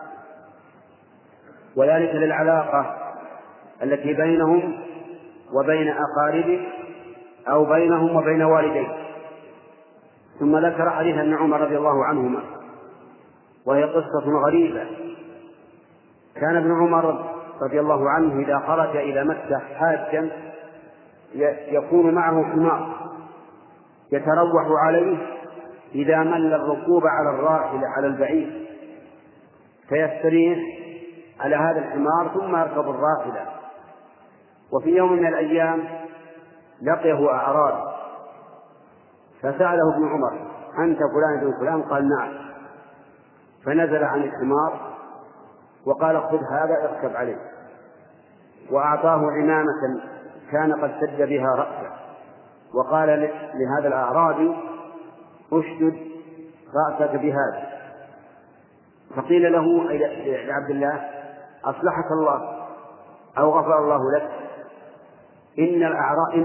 وذلك للعلاقة التي بينهم وبين أقاربه أو بينهم وبين والديه. ثم ذكر حديث ابن عمر رضي الله عنهما، وهي قصة غريبة. كان ابن عمر رضي الله عنه إذا خرج إلى مكة حاجا يكون معه حمار يتروح عليه إذا مل الركوب على الراحلة على البعير، فيستريح على هذا الحمار ثم يركب الراحلة. وفي يوم من الأيام لقيه أعرابي فسأله ابن عمر: أنت فلان بن فلان؟ قال: نعم. فنزل عن الحمار وقال: خذ هذا اركب عليه. وأعطاه عمامة كان قد سد بها رأسه، وقال لهذا الأعرابي: اشدد رأسك بهذا. فقيل له لعبد الله: أصلحك الله أو غفر الله لك،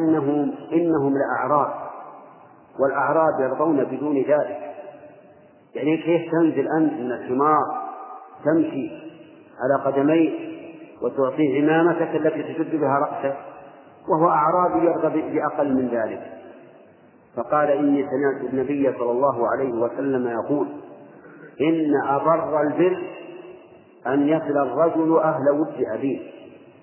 إنهم لأعراب، والأعراب يرضون بدون ذلك. يعني كيف تنزل أنت من الحمار تمشي على قدميك وتعطيه عمامتك التي تشد بها رأسك وهو أعرابي يرغب بأقل من ذلك؟ فقال إني سمعت النبي صلى الله عليه وسلم يقول إن أبر البر أن يصل الرجل أهل ود أبيه.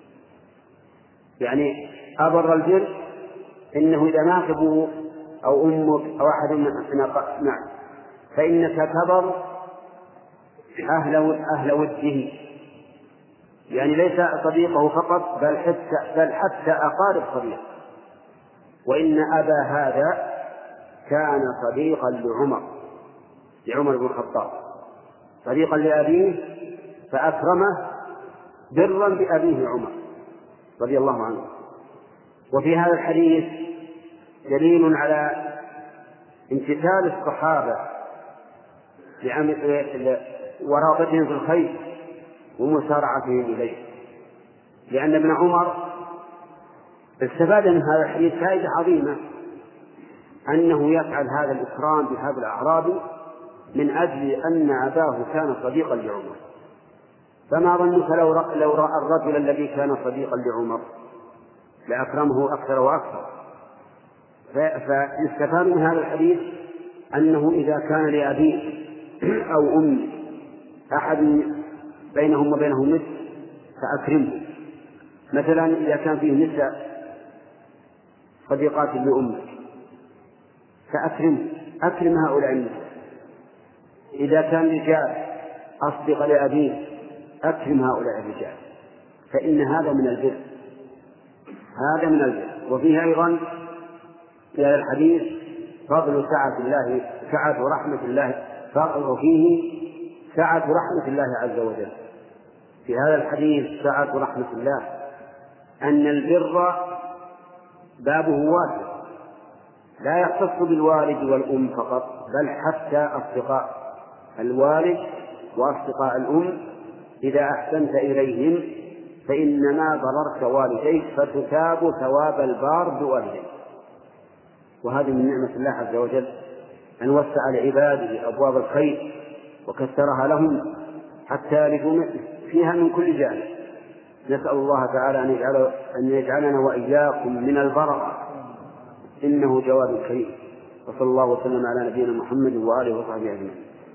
يعني أبر البر إنه إذا مات أبوه أو أمك أو أحد معك فإنك تبر أهل وده، يعني ليس صديقه فقط بل حتى أقارب صديقه. وإن أبا هذا كان صديقا لعمر بن الخطاب، صديقا لأبيه فأكرمه برا بأبيه عمر رضي الله عنه. وفي هذا الحديث دليل على امتثال الصحابة ورغبتهم في الخير ومسارعتهم إليه، لأن ابن عمر استفاد من هذا الحديث فائدة عظيمة، أنه يفعل هذا الإكرام بهذا الأعرابي من أجل أن أباه كان صديقا لعمر. فما ظنك لو رأى الرجل الذي كان صديقا لعمر لأكرمه أكثر وأكثر. فاستفاد من هذا الحديث أنه إذا كان لأبيه أو أمه أحد بينهم وبينهم مثل فأكرمه. مثلا إذا كان فيه نساء صديقات لأمك أكرم هؤلاء النساء. إذا كان رجال أصدق لأبيه أكرم هؤلاء الرجال، فإن هذا من البر. وفيه أيضا في هذا الحديث فضل سعة ورحمة الله، وفيه سعة رحمة الله عز وجل. في هذا الحديث سعة رحمة الله أن البر بابه واسع لا يختص بالوالد والأم فقط، بل حتى أصدقاء الوالد وأصدقاء الأم إذا أحسنت إليهم فإنما ضررت والديك فتثاب ثواب البار بوالديك. وهذه من نعمة الله عز وجل أن وسع لعباده أبواب الخير وكثرها لهم حتى يلجوا فيها من كل جانب. نسأل الله تعالى أن يجعلنا وإياكم من البررة، إنه جواد كريم. وصلى الله وسلم على نبينا محمد وآله وصحبه أجمعين.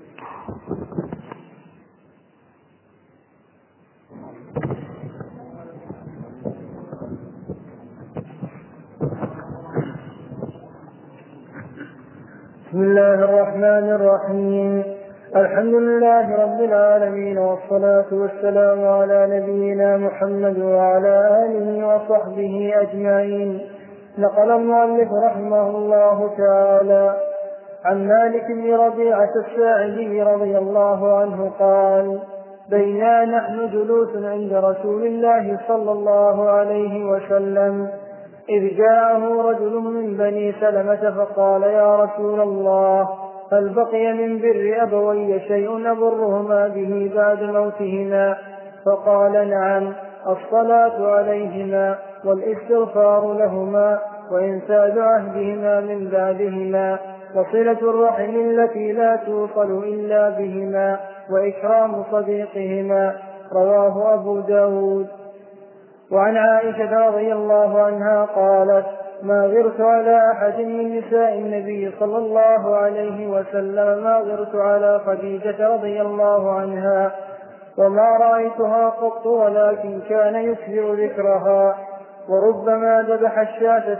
بسم الله الرحمن الرحيم. الحمد لله رب العالمين، والصلاة والسلام على نبينا محمد وعلى آله وصحبه أجمعين. نقل المؤلف رحمه الله تعالى عن مالك بن ربيعة الساعدي رضي الله عنه قال: بينا نحن جلوس عند رسول الله صلى الله عليه وسلم إذ جاءه رجل من بني سلمة فقال: يا رسول الله، هل بقي من بر أبوي شيء أبرهما به بعد موتهما؟ فقال: نعم، الصلاة عليهما والاستغفار لهما وإنفاذ عهدهما من بعدهما وصلة الرحم التي لا توصل إلا بهما وإكرام صديقهما. رواه أبو داود. وعن عائشة رضي الله عنها قالت: ما غرت على أحد من نساء النبي صلى الله عليه وسلم ما غرت على خديجة رضي الله عنها، وما رأيتها قط ولكن كان يسبع ذكرها، وربما ذبح الشاة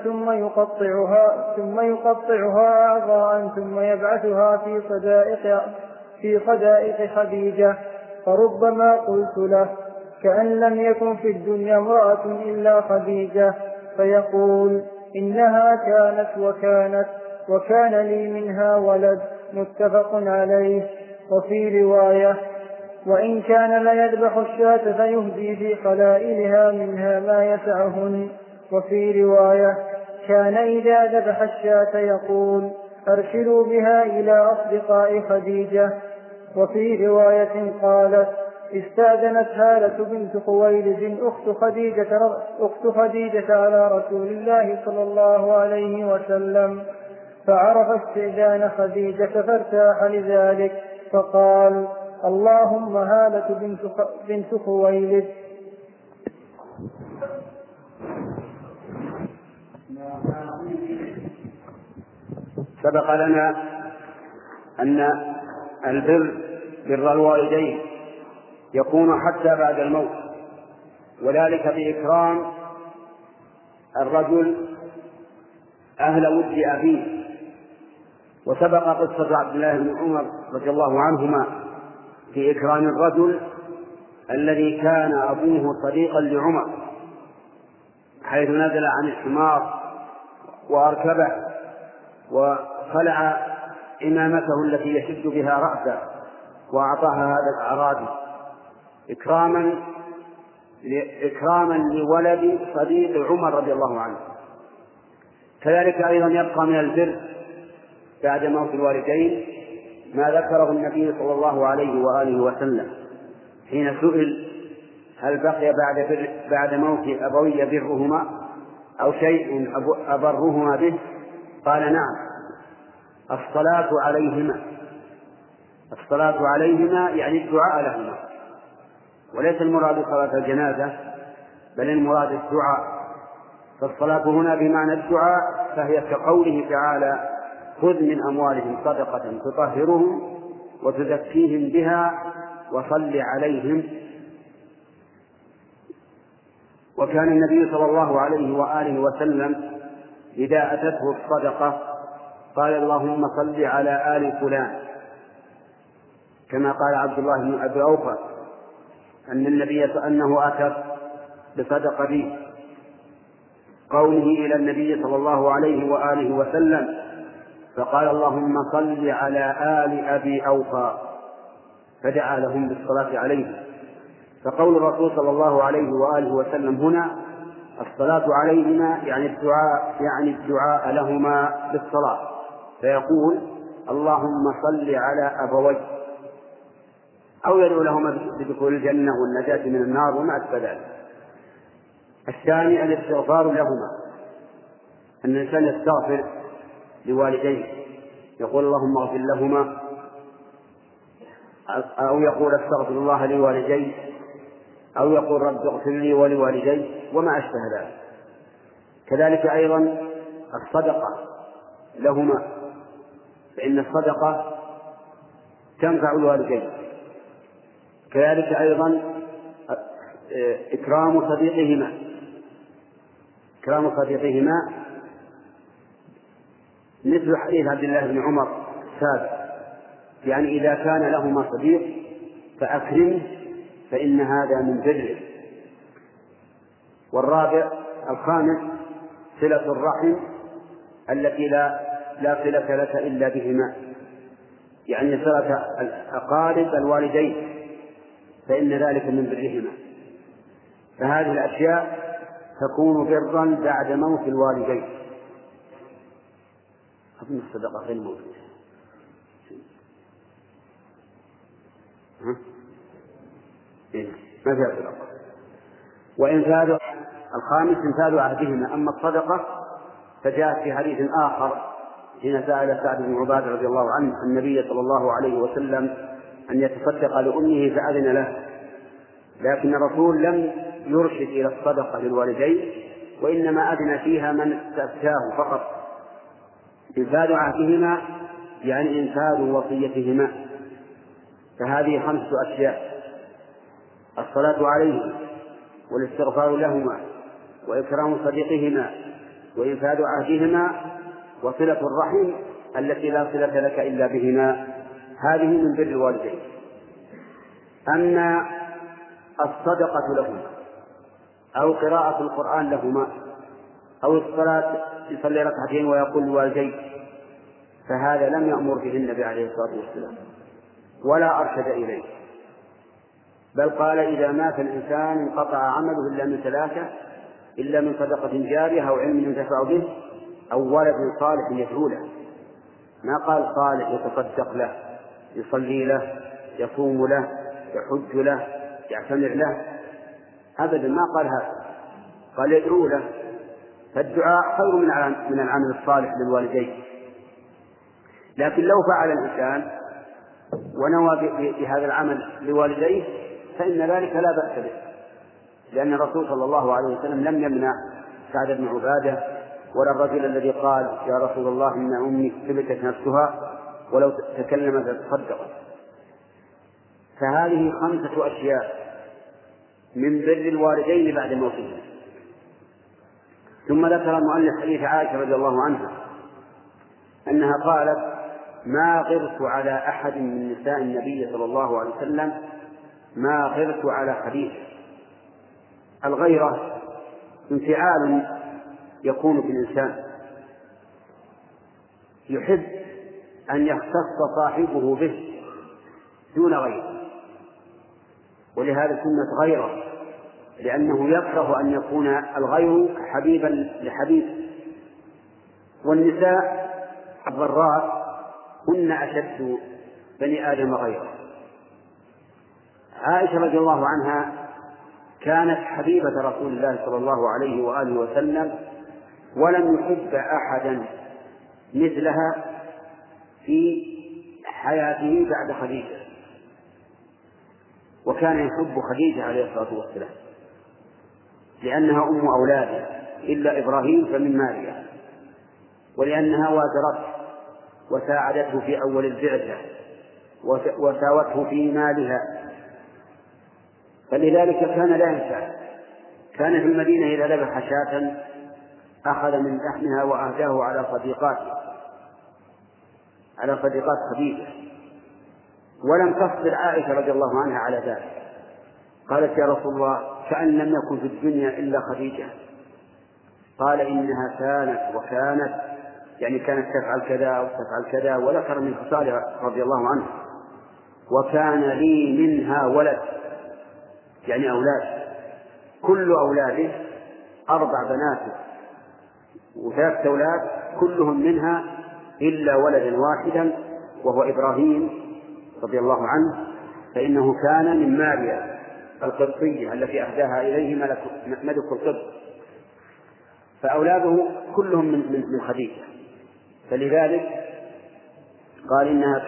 ثم يقطعها أعضاء ثم يبعثها في صدائق خديجة، فربما قلت له: كأن لم يكن في الدنيا امرأة إلا خديجة، فيقول: إنها كانت وكان لي منها ولد. متفق عليه. وفي رواية: وإن كان ليذبح الشاة فيهدي في خلائلها منها ما يسعهن. وفي رواية: كان إذا ذبح الشاة يقول: أرسلوا بها إلى أصدقاء خديجة. وفي رواية قالت: استأذنت هالة بنت خويلد أخت خديجة على رسول الله صلى الله عليه وسلم، فعرف استئذان خديجة فارتاح لذلك، فقال: اللهم هالة بنت خويلد. سبق لنا أن بر الوالدين يكون حتى بعد الموت، وذلك بإكرام الرجل أهل ود أبيه. وسبق قصة عبد الله بن عمر رضي الله عنهما في إكرام الرجل الذي كان أبوه صديقا لعمر، حيث نزل عن الحمار وأركبه وخلع إمامته التي يشد بها رأسه وأعطاها هذا الأعرابي إكراما لولد صديق عمر رضي الله عنه. كذلك أيضا يبقى من البر بعد موت الوالدين ما ذكره النبي صلى الله عليه وآله وسلم حين سئل: هل بقي بعد موت أبوي برهما أو شيء أبرهما به؟ قال: نعم، الصلاة عليهما يعني الدعاء لهما، وليس المراد صلاة الجنازة بل المراد الدعاء. فالصلاة هنا بمعنى الدعاء، فهي كقوله تعالى: خذ من أموالهم صدقة تطهرهم وتزكيهم بها وصل عليهم. وكان النبي صلى الله عليه وآله وسلم إذا أتته الصدقة قال: اللهم صل على آل فلان، كما قال عبد الله بن أبي أوفى أن النبي أنه أتى بصدقة به، قوله إلى النبي صلى الله عليه وآله وسلم فقال: اللهم صل على آل أبي أوفى، فدعا لهم بالصلاة عليه. فقول الرسول صلى الله عليه وآله وسلم هنا الصلاة عليهما يعني الدعاء لهما بالصلاة، فيقول: اللهم صل على أبوي، أو يدعو لهما بدخول الجنة والنجاة من النار وما أشبه ذلك. الثاني الاستغفار لهما، أن الإنسان يستغفر لوالديه، يقول: اللهم اغفر لهما، أو يقول: استغفر الله لوالدي، أو يقول: رب اغفر لي ولوالدي وما أشبه ذلك. كذلك أيضا الصدقة لهما، فإن الصدقة تنفع الوالدين. كذلك أيضا إكرام صديقهما مثل حديث عبد الله بن عمر السابق، يعني إذا كان لهما صديق فأكرمه فإن هذا من بره. الخامس صلة الرحم التي لا صلة لك إلا بهما، يعني صلة الأقارب الوالدين، فإن ذلك من برهما. فهذه الأشياء تكون برا بعد موت الوالدين. أظن الصدقة غير موجودة. ما فيها صدقة. وإنفاذ الخامس إنفاذ عهدهما. أما الصدقة فجاءت في حديث آخر حين سأل سعد بن عبادة رضي الله عنه النبي صلى الله عليه وسلم أن يتصدق لأمه فأذن له، لكن الرسول لم يرشد إلى الصدقة للوالدين، وإنما أذن فيها من تأتاه فقط. إنفاذ عهدهما يعني إنفاذ وصيتهما. فهذه 5 أشياء: الصلاة عليهما، والاستغفار لهما، وإكرام صديقهما، وإنفاذ عهدهما، وصلة الرحم التي لا صلة لك إلا بهما. هذه من بر الوالدين. أما الصدقة لهما أو قراءة القرآن لهما أو الصلاة يصلي ركعتين ويقول لوالديه، فهذا لم يأمر به النبي عليه الصلاة والسلام ولا أرشد إليه، بل قال: إذا مات الإنسان انقطع عمله إلا من 3: إلا من صدقة جارية أو علم ينتفع به أو ولد صالح يدعو له. ما قال صالح يتصدق له، يصلي له، يصوم له، يحج له، يعتمر له، أبدا ما قال هذا، قال يدعو له. فالدعاء خير من العمل الصالح للوالدين، لكن لو فعل الإنسان ونوى بهذا العمل لوالديه فإن ذلك لا بأس به، لأن الرسول صلى الله عليه وسلم لم يمنع سعد بن عبادة ولا الرجل الذي قال يا رسول الله إن أمي ثبتت نفسها ولو تكلمت تصدقت. فهذه 5 أشياء من بر الوالدين بعد موتهم. ثم ذكر المؤلف حديث عائشة رضي الله عنها أنها قالت ما غرت على أحد من نساء النبي صلى الله عليه وسلم ما غرت على خديجة. الغيرة انفعال يكون في الإنسان يحب أن يختص صاحبه به دون غيره، ولهذا سمت غيرة، لأنه يكره أن يكون الغير حبيبا لحبيب. والنساء الضرات هن أشد بني آدم غيره. عائشة رضي الله عنها كانت حبيبة رسول الله صلى الله عليه وآله وسلم، ولم يحب أحدا مثلها في حياته بعد خديجة، وكان يحب خديجة عليه الصلاة والسلام لأنها أم أولاده إلا إبراهيم فمن ماريا، ولأنها وازرته وساعدته في أول البعثة وساوته في مالها، فلذلك كان لا ينسى. كان في المدينة إذا ذبح شاة أخذ من لحمها وأهداه على صديقات خديجة. ولم تصبر عائشة رضي الله عنها على ذلك، قالت يا رسول الله كأن لم يكن في الدنيا إلا خديجة. قال إنها كانت يعني كانت تفعل كذا أو تفعل كذا، وذكر من خصالها رضي الله عنها. وكان لي منها ولد، يعني أولاد، كل أولاده 4 بنات و3 أولاد كلهم منها إلا ولدا واحدا وهو إبراهيم رضي الله عنه، فإنه كان من ماريا القبطية التي أهداها إليه ملك القبط، فأولاده كلهم من خديجة. فلذلك قال إنها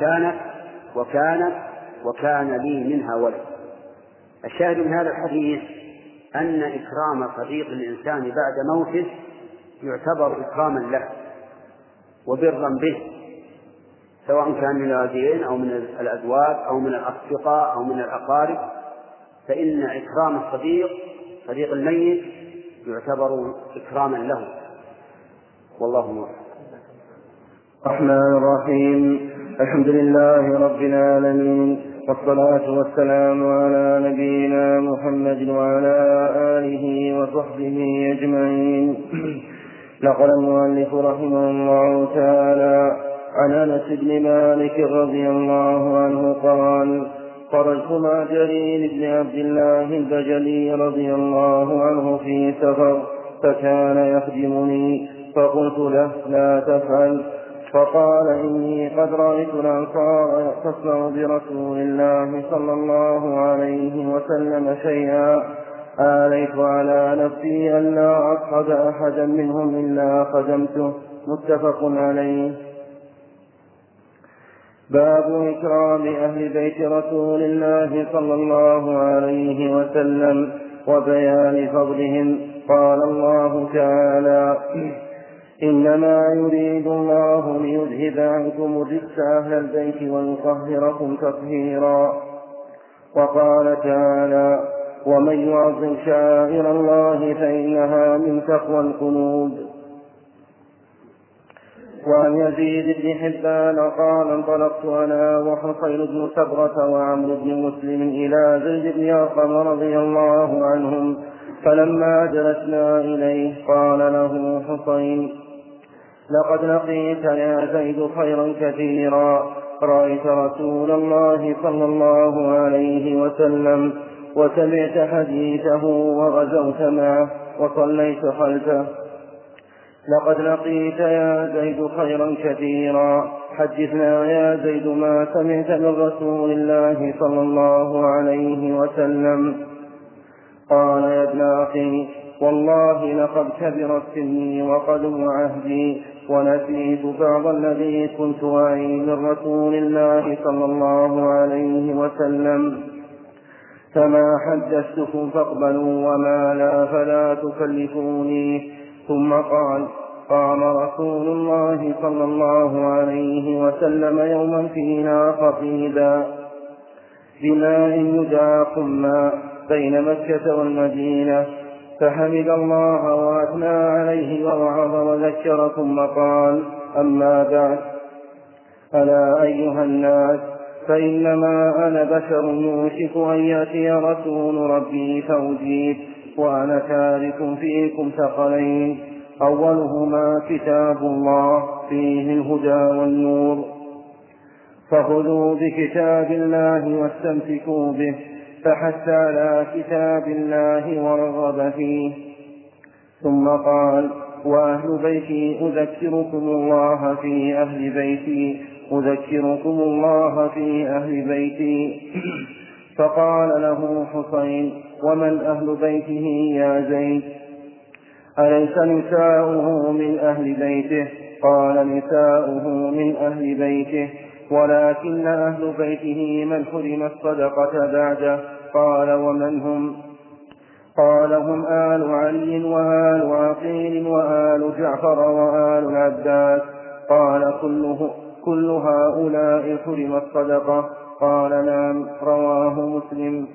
وكان لي منها ولد. الشاهد من هذا الحديث أن إكرام صديق الإنسان بعد موته يعتبر إكراما له وبرا به، سواء كان من الوالدين أو من الأزواج أو من الأصدقاء أو من الأقارب، فإن إكرام صديق الميت يعتبر إكراما له. والله موفق. الرحمن الرحيم. الحمد لله رب العالمين، والصلاة والسلام على نبينا محمد وعلى آله وصحبه أجمعين. نقل المؤلف رحمه الله تعالى عن أنس بن مالك رضي الله عنه قال خرجت مع جرير بن عبد الله البجلي رضي الله عنه في سفر، فكان يخدمني، فقلت له لا تفعل، فقال إني قد رأيت الأنصار تصنع برسول الله صلى الله عليه وسلم شيئا آليت على نفسي ألا أصحب أحدا منهم إلا خدمته. متفق عليه. باب إكرام أهل بيت رسول الله صلى الله عليه وسلم وبيان فضلهم. قال الله تعالى إنما يريد الله ليذهب عنكم الرجس أهل البيت ويطهركم تطهيرا. وقال تعالى ومن يعظم شعائر الله فإنها من تقوى القلوب. وعن يزيد بن حبان قال انطلقت أنا وحصين بن سبرة وعمرو بن مسلم إلى زيد بن أرقم رضي الله عنهم، فلما جلسنا إليه قال له حصين لقد لقيت يا زيد خيرا كثيرا، رأيت رسول الله صلى الله عليه وسلم وسمعت حديثه وغزوت معه وصليت خلفه. لقد لقيت يا زيد خيرا كثيرا، حدثنا يا زيد ما سمعت من رسول الله صلى الله عليه وسلم. قال يا ابن أخي والله لقد كبرت سني وقدم عهدي، ونسيت بعض الذي كنت أعي من رسول الله صلى الله عليه وسلم، فما حدثتكم فاقبلوا وما لا فلا تكلفوني. ثم قال: قام رسول الله صلى الله عليه وسلم يوما فينا خطيبا بماء يدعى قما بين مكة والمدينة، فحمد الله وأثنى عليه ووعظ وذكر، ثم قال: أما بعد، ألا أيها الناس، فإنما أنا بشر يوشك أن يأتي رسول ربي فأجيب، وأنا تارك فيكم ثقلين: أولهما كتاب الله فيه الهدى والنور، فخذوا بكتاب الله واستمسكوا به، فحث على كتاب الله ورغب فيه. ثم قال: وأهل بيتي أذكركم الله في أهل بيتي، أذكركم الله في أهل بيتي. فقال له حسين: ومن أهل بيته يا زيد؟ أليس نساؤه من أهل بيته؟ قال: نساؤه من أهل بيته، ولكن أهل بيته من حرم الصدقة بعده. قال: ومن هم؟ قال: هم آل علي وآل عقيل وآل جعفر وآل العباس. قال: كل هؤلاء حرم الصدقة؟ قال: نعم. رواه مسلم.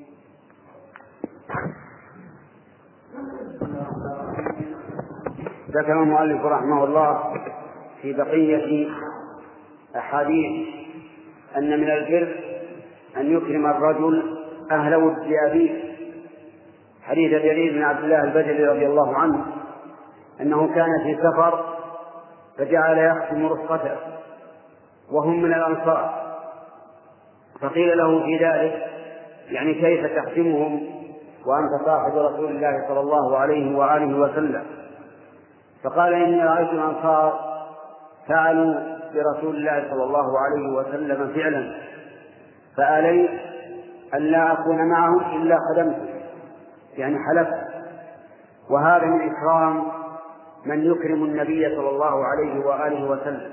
ذكر المؤلف رحمه الله في بقية أحاديث أن من البر أن يكرم الرجل أهل ود أبيه. حديث جرير بن عبد الله البجلي رضي الله عنه أنه كان في سفر فجعل يختم رفقته وهم من الأنصار، فقيل له في ذلك: يعني كيف تختمهم وأنت صاحب رسول الله صلى الله عليه وآله وسلم؟ فقال: إني رأيت الأنصار فعلوا برسول الله صلى الله عليه وسلم فعلا، فآليت أن لا أكون معهم إلا خدمت، يعني حلفت. وهذا من إكرام من يكرم النبي صلى الله عليه وآله وسلم.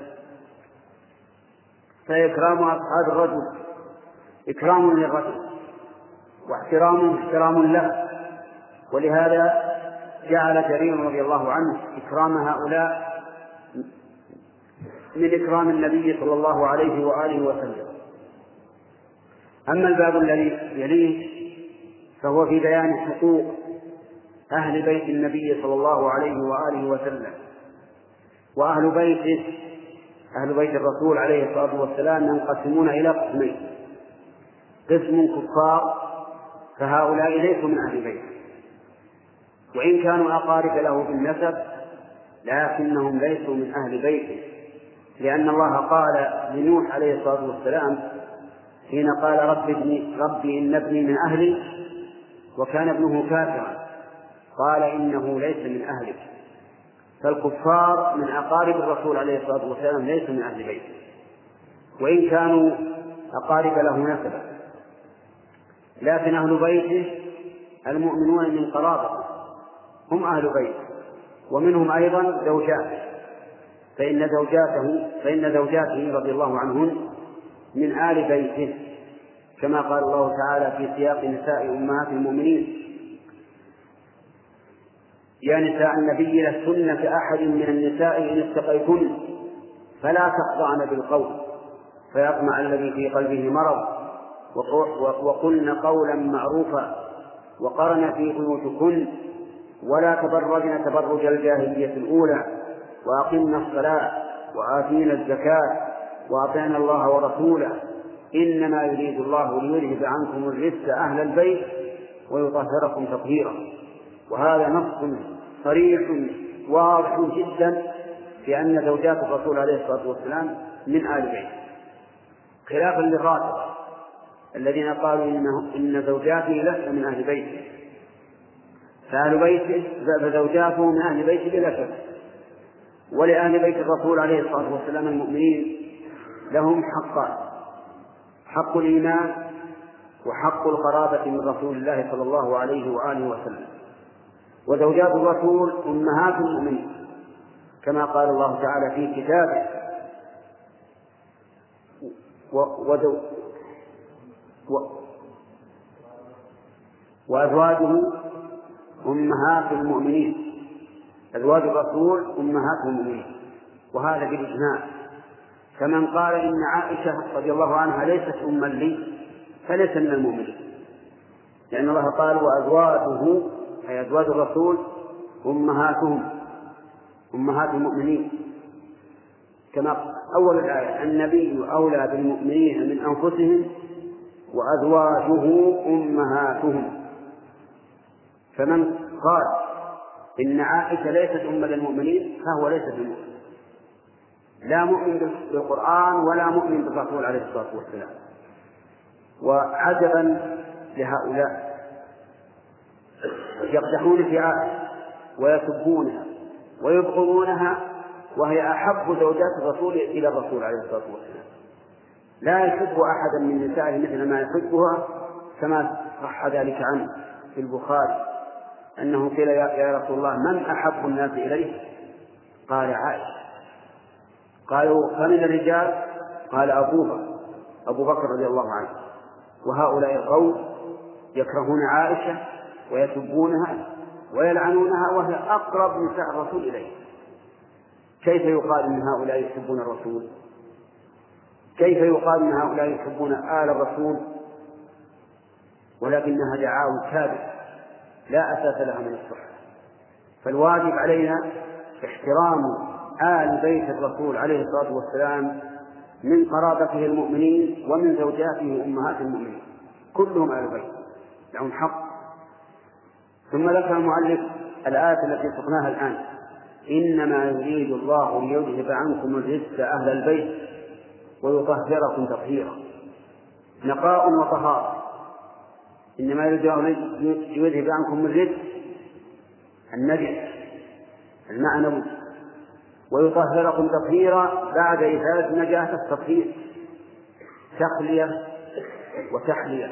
فإكرام أصحاب الرجل إكرام للرجل، واحترام احترام له، ولهذا جعل جرير رضي الله عنه إكرام هؤلاء من إكرام النبي صلى الله عليه وآله وسلم. أما الباب الذي يليه فهو في بيان حقوق أهل بيت النبي صلى الله عليه وآله وسلم. وأهل بيته، أهل بيت الرسول عليه الصلاة والسلام، ينقسمون إلى قسمين: قسم كفار فهؤلاء ليسوا من أهل بيته، وإن كانوا أقارب له بالنسب لكنهم ليسوا من أهل بيته، لأن الله قال لنوح عليه الصلاة والسلام حين قال: ربي إن ابني من أهلي وكان ابنه كافرا، قال: إنه ليس من أهلك. فالكفار من أقارب الرسول عليه الصلاة والسلام ليسوا من أهل بيته، وإن كانوا أقارب له نسبا، لكن أهل بيته المؤمنون من قرابته هم أهل بيته، ومنهم أيضا زوجاته، فإن زوجاته رضي الله عنهن من آل بيته، كما قال الله تعالى في سياق نساء أمهات المؤمنين: يا نساء النبي لستن كأحد من النساء إن اتقيتن فلا تخضعن بالقول فيطمع الذي في قلبه مرض، وقلن قولا معروفا، وقرن في بيوتكن ولا تبرجن تبرج الجاهلية الأولى، وأقمنا الصلاة وآتينا الزكاة وأطعنا الله ورسوله، إنما يريد الله ليذهب عنكم الرجس أهل البيت ويطهركم تطهيرا. وهذا نص صريح واضح جدا في أن زوجات الرسول عليه الصلاة والسلام من آل بيت، خلافا للرافضة الذين قالوا إن زوجاته لسن من أهل بيته، فأهل بيته فزوجاته من أهل بيته بلا شك. ولأهل بيت الرسول عليه الصلاة والسلام المؤمنين لهم حقان: حق الإيمان وحق القرابة من رسول الله صلى الله عليه وآله وسلم. وزوجات الرسول أمهات المؤمنين، كما قال الله تعالى في كتابه: وأزواجه أمهات المؤمنين. أزواج الرسول أمهات المؤمنين، وهذا بالإجماع. فمن قال إن عائشة رضي الله عنها ليست أما لي فليس من المؤمنين، لأن الله قال: وأزواجه أي أزواج الرسول أمهاتهم أمهات المؤمنين، كما أول الآية: النبي أولى بالمؤمنين من أنفسهم وأزواجه أمهاتهم. فمن قال إن عائشة ليست أما للمؤمنين فهو ليس بمؤمن، لا مؤمن بالقرآن ولا مؤمن بالرسول عليه الصلاة والسلام. وعجبا لهؤلاء يقدحون في عائشة ويسبونها ويبغضونها، وهي أحب زوجات الرسول إلى الرسول عليه الصلاة والسلام. لا يحب أحدا من نسائه مثل ما يحبها، كما صح ذلك عنه في البخاري أنه قيل: يا رسول الله، من أحب الناس إليه؟ قال: عائشة. قالوا: فمن الرجال؟ قال: أبو بكر رضي الله عنه. وهؤلاء القوم يكرهون عائشة ويسبونها ويلعنونها، وهي أقرب نساء الرسول إليه. كيف يقال إن هؤلاء يحبون الرسول؟ كيف يقال إن هؤلاء يحبون آل الرسول؟ ولكنها دعاوى كاذبة لا أساس لها من الصحة. فالواجب علينا احترام آل بيت الرسول عليه الصلاة والسلام من قرابته المؤمنين ومن زوجاته أمهات المؤمنين، كلهم آل بيت لهم حق. ثم ذكر المؤلف الآية التي سقناها الآن: إنما يريد الله ليذهب عنكم الرجس أهل البيت ويطهركم تطهيرا. نقاء وطهارة. إنما يريد الله ليذهب عنكم الرجس النجس المعنوي ويطهركم تطهيرا، بعد إزالة النجاسة التطهير، تخلية وتحلية.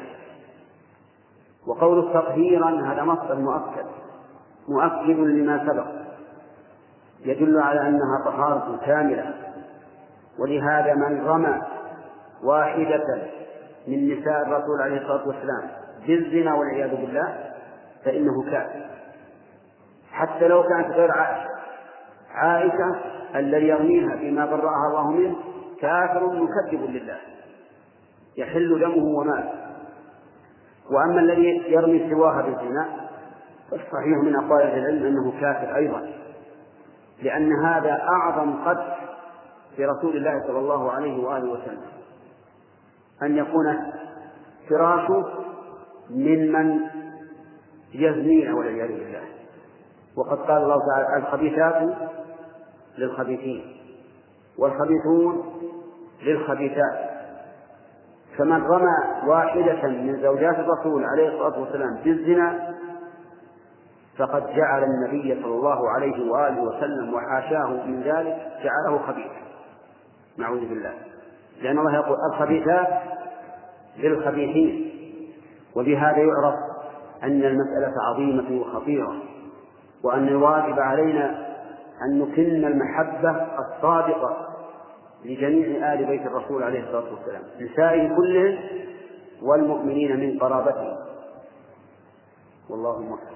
وقول تطهيرا هذا مصدر مؤكد لما سبق، يدل على أنها طهارة كاملة. ولهذا من رمى واحدة من نساء الرسول عليه الصلاة والسلام بالزنا والعياذ بالله فإنه كافر، حتى لو كانت غير عائشة الذي يرميها فيما برأها الله منه كافر مكذب لله يحل دمه وماله. وأما الذي يرمي سواها بالزنا فالصحيح من أقوال العلم أنه كافر أيضا، لأن هذا أعظم قدح في رسول الله صلى الله عليه وآله وسلم، أن يكون فراشه ممن يزنين والعياذ بالله. وقد قال الله تعالى: الخبيثات للخبيثين والخبيثون للخبيثات. فمن رمى واحدة من زوجات الرسول عليه الصلاة والسلام بالزنا فقد جعل النبي صلى الله عليه وآله وسلم وحاشاه من ذلك جعله خبيثا، نعوذ بالله. لأن الله يقول: الخبيثات للخبيثين. وبهذا يعرف أن المسألة عظيمة وخطيرة، وأن الواجب علينا أن نكن المحبة الصادقة لجميع آل بيت الرسول عليه الصلاة والسلام، نسائه كلهم والمؤمنين من قرابته. والله موفق.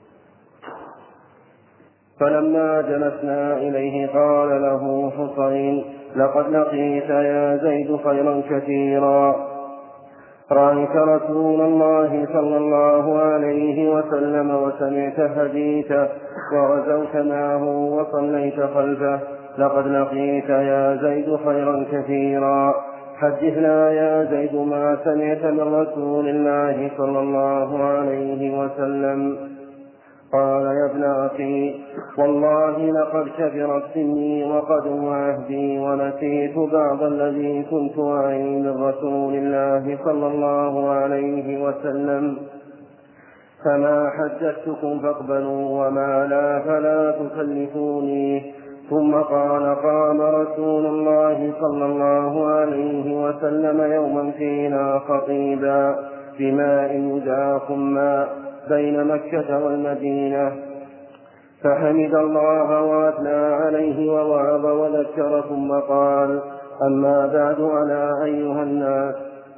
فلما جلسنا إليه قال له حصين: لقد لقيت يا زيد خيرا كثيرا، رأيت رسول الله صلى الله عليه وسلم وسمعت حديثه وغزوت معه وصليت خلفه. لقد لقيت يا زيد خيرا كثيرا، حدثنا يا زيد ما سمعت من رسول الله صلى الله عليه وسلم. قال: يا ابن أخي، والله لقد كبرت سني وقدم عهدي، ونسيت بعض الذي كنت أعي من رسول الله صلى الله عليه وسلم، فما حدثتكم فاقبلوا، وما لا فلا تكلفوني. ثم قال: قام رسول الله صلى الله عليه وسلم يوما فينا خطيبا بماء يدعى خماء بين مكة والمدينة، فحمد الله وأثنى عليه ووعظ وذكر ثم قال: أما بعد، ألا أيها الناس،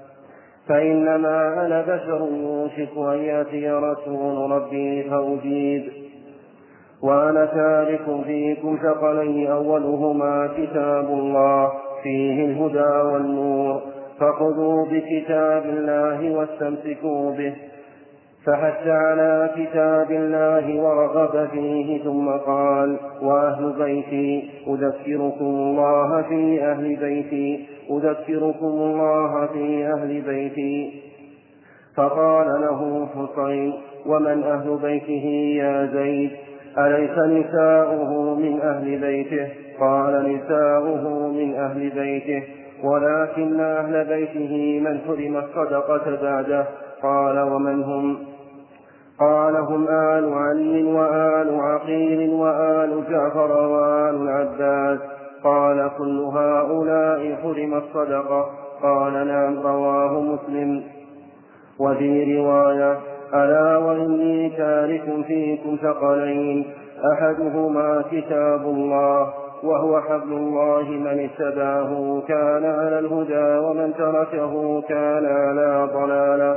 فإنما أنا بشر يوشك أن يأتي رسول ربي فأجيب، وأنا تارك فيكم ثقلين، أولهما كتاب الله فيه الهدى والنور، فخذوا بكتاب الله واستمسكوا به. فحث على كتاب الله ورغب فيه، ثم قال: وأهل بيتي أذكركم الله في أهل بيتي، أذكركم الله في أهل بيتي. فقال له حسين: ومن أهل بيته يا زيد؟ أليس نساؤه من أهل بيته؟ قال: نساؤه من أهل بيته، ولكن أهل بيته من حرم الصدقة بعده. قال: ومن هم؟ قال: هم آل علي وآل عقيل وآل جعفر وآل العباس. قال: كل هؤلاء حرم الصدقة؟ قال: نعم. رواه مسلم. وفي رواية: ألا وإني تارك فيكم ثقلين، أحدهما كتاب الله، وهو حبل الله، من اتبعه كان على الهدى، ومن تركه كان على ضلالة.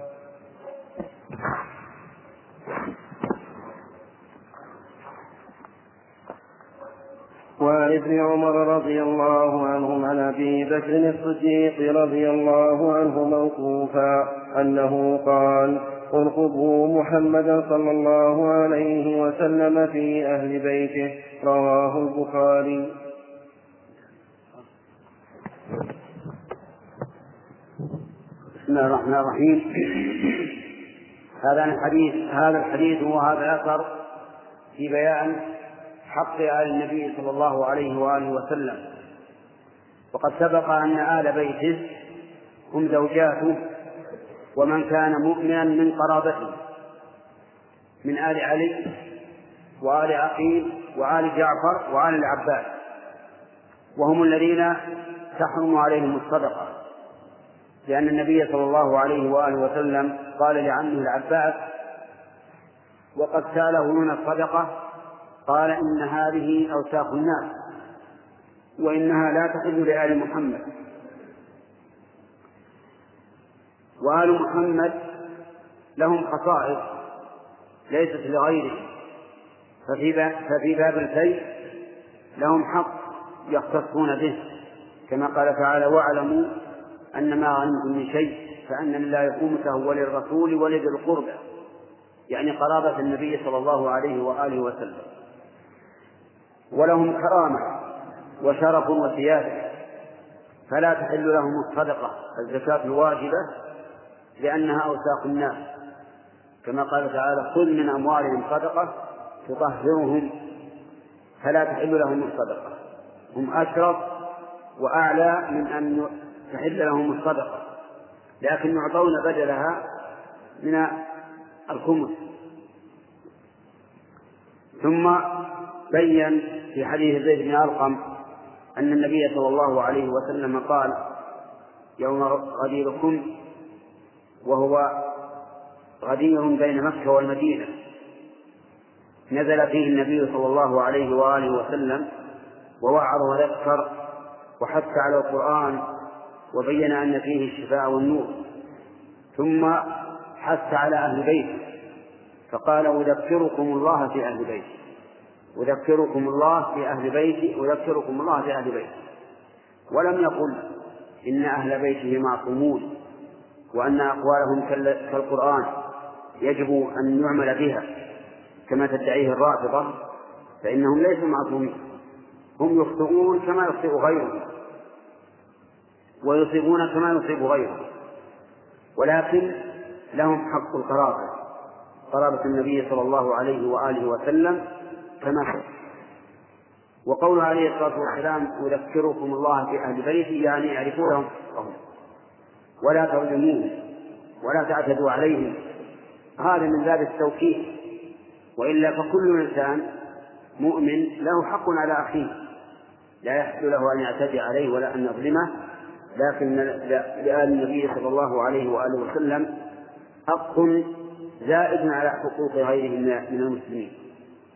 وعن ابن عمر رضي الله عنهم عن أبي بكر الصديق رضي الله عنه موقوفا أنه قال: ارقبوا محمدا صلى الله عليه وسلم في أهل بيته. رواه البخاري. بسم الله الرحمن الرحيم. هذا الحديث وهذا الأثر في بيان حق آل النبي صلى الله عليه وآله وسلم. وقد سبق أن آل بيته هم زوجاته ومن كان مؤمنا من قرابته من آل علي وآل عقيل وآل جعفر وآل العباس، وهم الذين تحرم عليهم الصدقة، لأن النبي صلى الله عليه وآله وسلم قال لعمه العباس وقد سأله من الصدقة، قال: إن هذه أوساخ الناس وإنها لا تحل لآل محمد. وآل محمد لهم خصائص ليست لغيرهم، ففي باب الفيء لهم حق يختصون به، كما قال تعالى: واعلموا أن ما غنمتم من شيء فأن لله خمسه وللرسول ولذي القربى، يعني قرابة النبي صلى الله عليه وآله وسلم. ولهم كرامة وشرف وسيادة، فلا تحل لهم الصدقة الزكاة الواجبة لأنها أوساخ الناس، كما قال تعالى: خذ من أموالهم صدقة تطهرهم، فلا تحل لهم الصدقة. هم أشرف وأعلى من أن تحل لهم الصدقة، لكن يعطون بدلها من الخمس. ثم بين في حديث زيد بن أرقم أن النبي صلى الله عليه وسلم قال: يوم غديركم، وهو غدير بين مكة والمدينة، نزل فيه النبي صلى الله عليه وآله وسلم ووعظ وذكر وحث على القرآن وبين أن فيه الشفاء والنور، ثم حث على أهل بيته فقال: أذكركم الله في أهل بيتي، أذكركم الله في أهل بيتي، أذكركم الله في أهل بيتي. ولم يقل إن أهل بيته معصومون وأن أقوالهم كالقرآن يجب أن يعمل بها كما تدعيه الرافضة، فإنهم ليسوا معصومين، هم يخطئون كما يخطئ غيرهم ويصيبون كما يصيب غيرهم، ولكن لهم حق القرابة، قرابة النبي صلى الله عليه وآله وسلم كما هو. وقوله عليه الصلاة والسلام: أذكركم الله في أهل بيتي، يعني يعرفوا لهم حقهم ولا تظلموهم ولا تعتدوا عليهم، هذا من باب التوكيد، وإلا فكل إنسان مؤمن له حق على أخيه، لا يحل له أن يعتدي عليه ولا أن يظلمه، لكن لآل النبي صلى الله عليه وآله وسلم حق زائد على حقوق غيرهم من المسلمين.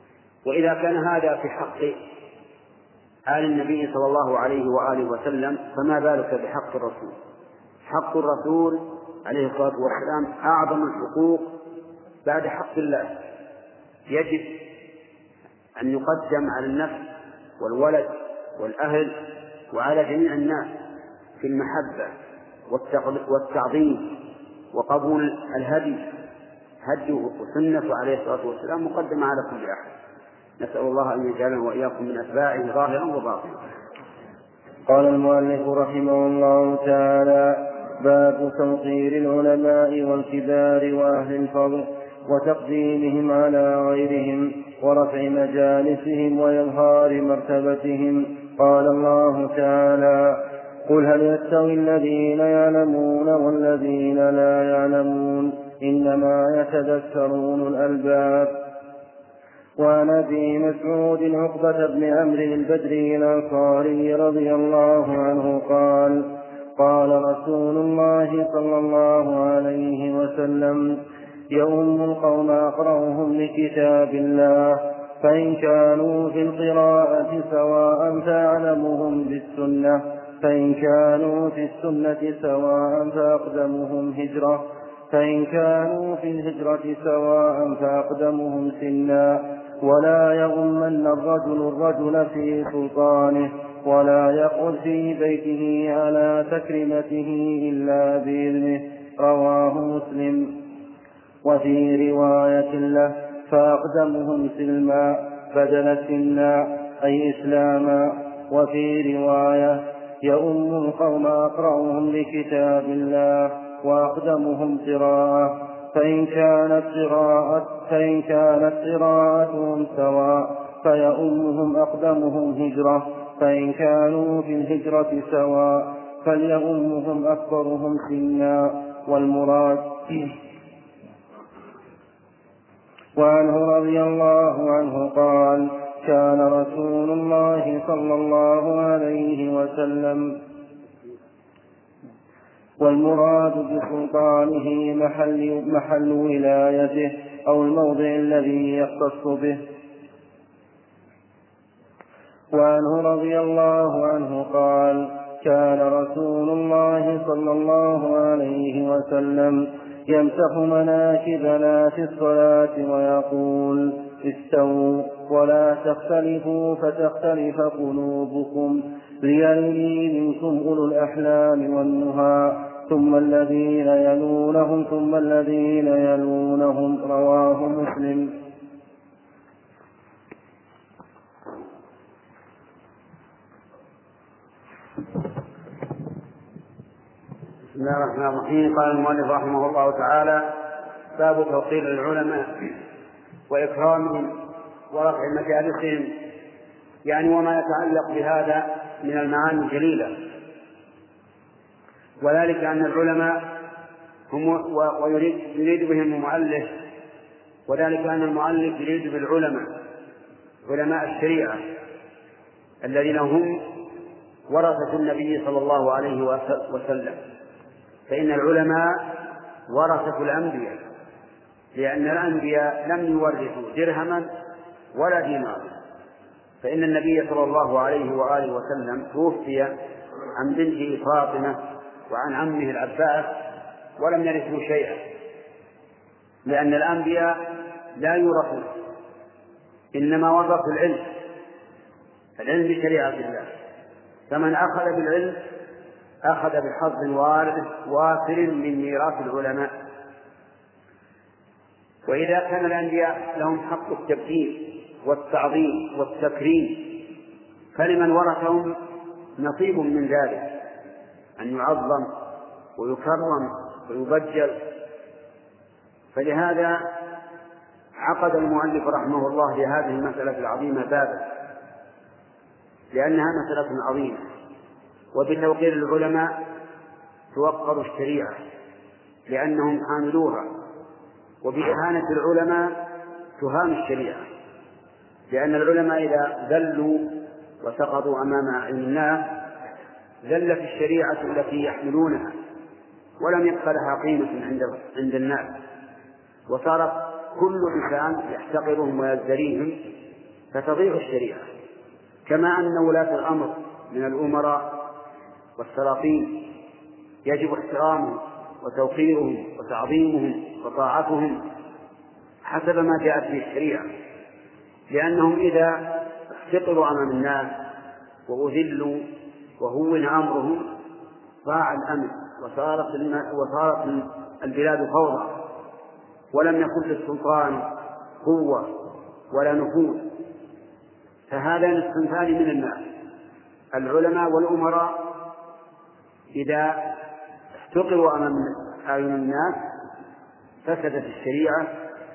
وإذا كان هذا في حق آل النبي صلى الله عليه وآله وسلم فما بالك بحق الرسول. حق الرسول عليه الصلاة والسلام أعظم الحقوق بعد حق الله، يجب أن يقدم على النفس والولد والأهل وعلى جميع الناس في المحبة والتعظيم وقبول الهدي وسنة عليه الصلاة والسلام مقدمة على كل أحد. نسأل الله أن يجعلنا وإياكم من أتباعه ظاهرا وباطنا. قال المؤلف رحمه الله تعالى: باب توقير العلماء والكبار وأهل الفضل وتقديمهم على غيرهم ورفع مجالسهم وإظهار مرتبتهم. قال الله تعالى: قل هل يستوي الذين يعلمون والذين لا يعلمون إنما يتذكر أولو الألباب. وعن أبي مسعود عقبة بن عمرو البدري الأنصاري رضي الله عنه قال: قال رسول الله صلى الله عليه وسلم: يؤم القوم أقرأهم لكتاب الله، فإن كانوا في القراءة سواء فأعلمهم بالسنة، فإن كانوا في السنة سواء فأقدمهم هجرة، فإن كانوا في الهجرة سواء فأقدمهم سنا. ولا يؤمن الرجل في سلطانه، ولا يقعد في بيته على تكريمته إلا بإذنه. رواه مسلم. وفي رواية له: فأقدمهم سلما بدل سنا أي إسلاما. وفي رواية: يؤم القوم أقرأهم لكتاب الله وأقدمهم قراءة، فإن كانت قراءتهم سواء فيؤمهم أقدمهم هجرة، فإن كانوا في الهجرة سواء فليؤمهم أكبرهم سنا. والمراد. وعنه رضي الله عنه قال: كان رسول الله صلى الله عليه وسلم. والمراد بسلطانه محل ولايته أو الموضع الذي يختص به. وعنه رضي الله عنه قال: كان رسول الله صلى الله عليه وسلم يمسح مناكبنا في الصلاة ويقول: استووا ولا تختلفوا فتختلف قلوبكم، ليلي منكم أولو الأحلام والنهى، ثم الذين يلونهم ثم الذين يلونهم. رواه مسلم. بسم الله الرحمن الرحيم. قال المؤلف رحمه الله تعالى: باب توقير العلماء وإكرامهم ورفع مجالسهم، يعني وما يتعلق بهذا من المعاني الجليلة. وذلك أن العلماء هم ويريد بهم المؤلف، وذلك أن المؤلف يريد بالعلماء علماء الشريعة الذين هم ورثة النبي صلى الله عليه وسلم، فإن العلماء ورثة الأنبياء، لأن الأنبياء لم يورثوا درهما ولا دينارا، فإن النبي صلى الله عليه وآله وسلم توفي عن بنته فاطمة وعن عمه العباس ولم يرثوا شيئا، لأن الأنبياء لا يورثون، إنما ورثوا العلم بشريعة الله، فمن أخذ بالعلم أخذ بحظ وافر من ميراث العلماء. وإذا كان الأنبياء لهم حق التبجيل والتعظيم والتكريم، فلمن ورثهم نصيب من ذلك، أن يعظم ويكرم ويبجل. فلهذا عقد المؤلف رحمه الله لهذه المسألة العظيمة بابا، لأنها مسألة عظيمة، وبتوقير العلماء توقر الشريعة لأنهم حاملوها، وبإهانة العلماء تهان الشريعة، لأن العلماء إذا ذلوا وسقطوا أمام علم الناس ذلت الشريعة التي يحملونها ولم يبق لها قيمة عند الناس، وصار كل إنسان يحتقرهم ويزدريهم فتضيع الشريعة. كما أن ولاة الأمر من الأمراء والسلاطين يجب احترامهم وتوقيرهم وتعظيمهم وطاعتهم حسب ما جاءت به الشريعة، لأنهم إذا احتقروا أمام الناس وأذلوا وهون أمرهم ضاع الأمن وصارت البلاد فوضى، ولم يكن للسلطان قوة ولا نفوذ. فهذان الصنفان من الناس العلماء والأمراء إذا احتقروا أمام أعين الناس فسدت الشريعة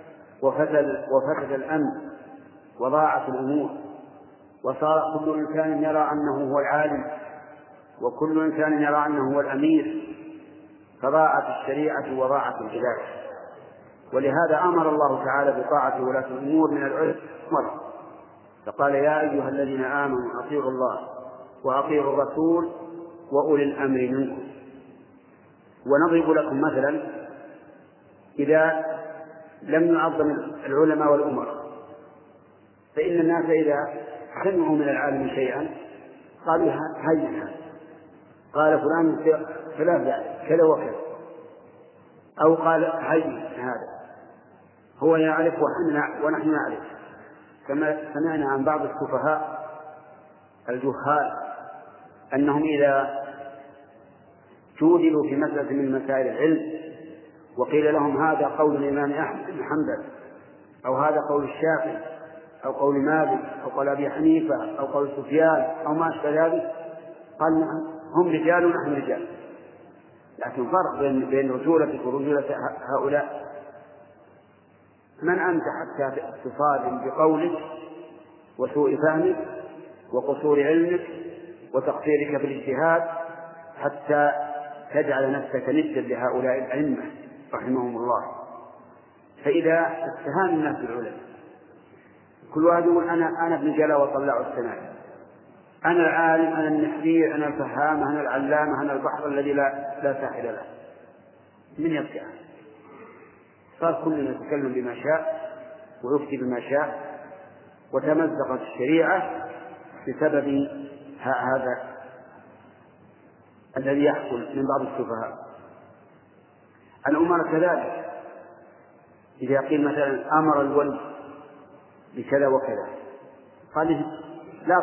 وفسد الأمن وضاعت الأمور، وصار كل إنسان يرى أنه هو العالم وكل إنسان يرى أنه هو الأمير، فضاعت الشريعة وضاعت البلاد. ولهذا أمر الله تعالى بطاعة ولاة الأمور من العلماء، فقال يا أيها الذين آمنوا أطيعوا الله وأطيعوا الرسول وأولي الأمر منكم. ونضرب لكم مثلا إذا لم يعظم العلماء والأمراء، فإن الناس إذا سمعوا من العالم شيئا قالوا هيا قال فلان ثلاثة كذا وكذا، أو قال هيا هذا هو يعرف ونحن نعرف. كما سمعنا عن بعض السفهاء الجهال أنهم إذا جودلوا في مسألة من مسائل العلم وقيل لهم هذا قول الإمام أحمد بن حنبل أو هذا قول الشافعي أو قول مالك أو قول أبي حنيفة أو قول سفيان أو ما أشبه ذلك، قال نعم هم رجال ونحن رجال، لكن فرق بين رجولتك ورجولة هؤلاء. من أنت حتى تصادم بقولك وسوء فهمك وقصور علمك وتقصيرك في الاجتهاد حتى تجعل نفسك ندا لهؤلاء الأئمة رحمهم الله؟ فإذا استهان الناس بالعلماء كل واحد يقول أنا ابن جلا وطلع السماء، أنا العالم، أنا النحرير، أنا الفهام، أنا العلامة، أنا البحر الذي لا ساحل له. من يبكي؟ صار كل يتكلم بما شاء ويفتي بما شاء، وتمزقت الشريعة بسبب هذا الذي يحصل من بعض السفهاء. الأمر كذلك، إذا قيل مثلا أمر الولي بكذا وكذا قال لا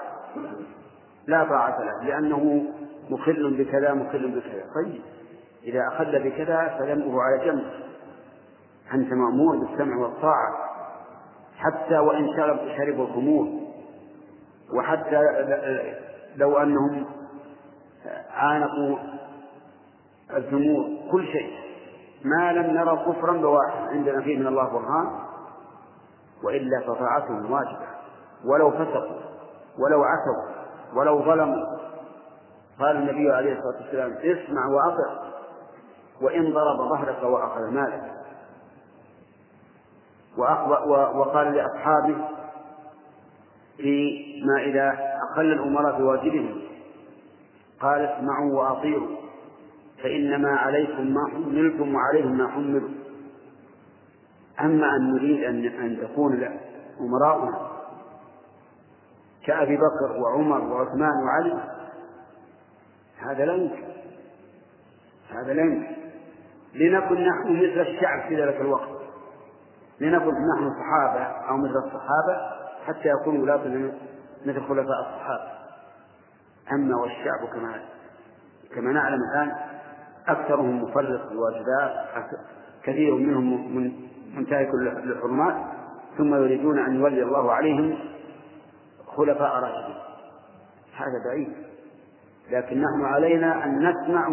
طاعة له لأنه مخل بكذا مخل بكذا. طيب إذا أخل بكذا فذنبه على جنب، أنت مأمور بالسمع والطاعة حتى وإن شربوا الخمور، وحتى لو أنهم عانقوا الذنوب، كل شيء ما لم نرى كفرا بواحد عندنا فيه من الله برهان، وإلا فطاعتهم واجبة ولو فسقوا ولو عتوا ولو ظلموا. قال النبي عليه الصلاة والسلام اسمع وأطع وإن ضرب ظهرك وأخذ مالك. وقال لأصحابه فيما إذا أقل الأمراء بواجبهم قال اسمعوا وأطيعوا فإنما عليكم ما حملتم وعليهم ما حملوا. أما أن نريد أن تكون أمراؤنا كأبي بكر وعمر وعثمان وعلي، هذا لا يمكن. لنكن نحن مثل الشعب في ذلك الوقت، لنكن نحن صحابة أو مثل الصحابة حتى يكون ولاة مثل خلفاء الصحابة. أما والشعب كما نعلم الآن أكثرهم مفرط بالواجبات، كثير منهم منتهك للحرمات، ثم يريدون أن يولي الله عليهم خلفاء راشدين. هذا بعيد. لكن نحن علينا أن نسمع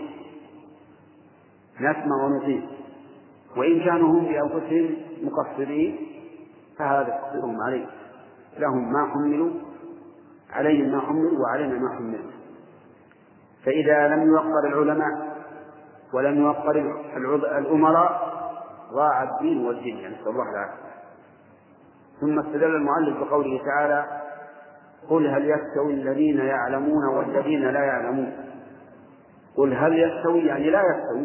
ونطيع، وإن كانوا هم بأنفسهم مقصرين فهذا تقصيرهم عليه، لهم ما حملوا عليهم ما حملوا وعلينا ما حملوا. فإذا لم يوقر العلماء ولم يوقر الأمراء ضاع الدين والدنيا، نسأل الله العافية. ثم استدل المؤلف بقوله تعالى قل هل يستوي الذين يعلمون والذين لا يعلمون. قل هل يستوي يعني لا يستوي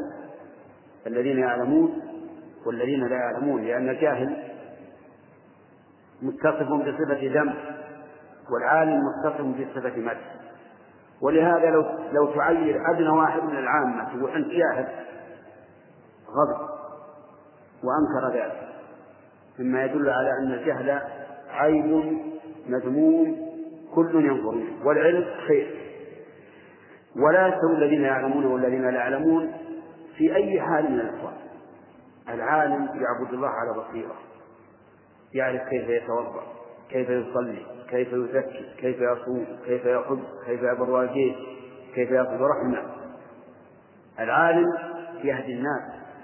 الذين يعلمون والذين لا يعلمون، لأن الجاهل متصف بصفة ذم، والعالم متصف بصفة مدح. ولهذا لو تعير أدنى واحد من العامة تقول أنت جاهل غضب وأنكر ذلك، مما يدل على أن الجهل عيب مذموم كل ينظر منه، والعلم خير. ولا يستوي الذين يعلمون والذين لا يعلمون في أي حال من الأحوال. العالم يعبد الله على بصيرة، يعرف كيف يتوضأ، كيف يصلي، كيف يزكي، كيف يصوم، كيف يحج، كيف يبر والديه، كيف يصل رحمه. العالم يهدي الناس.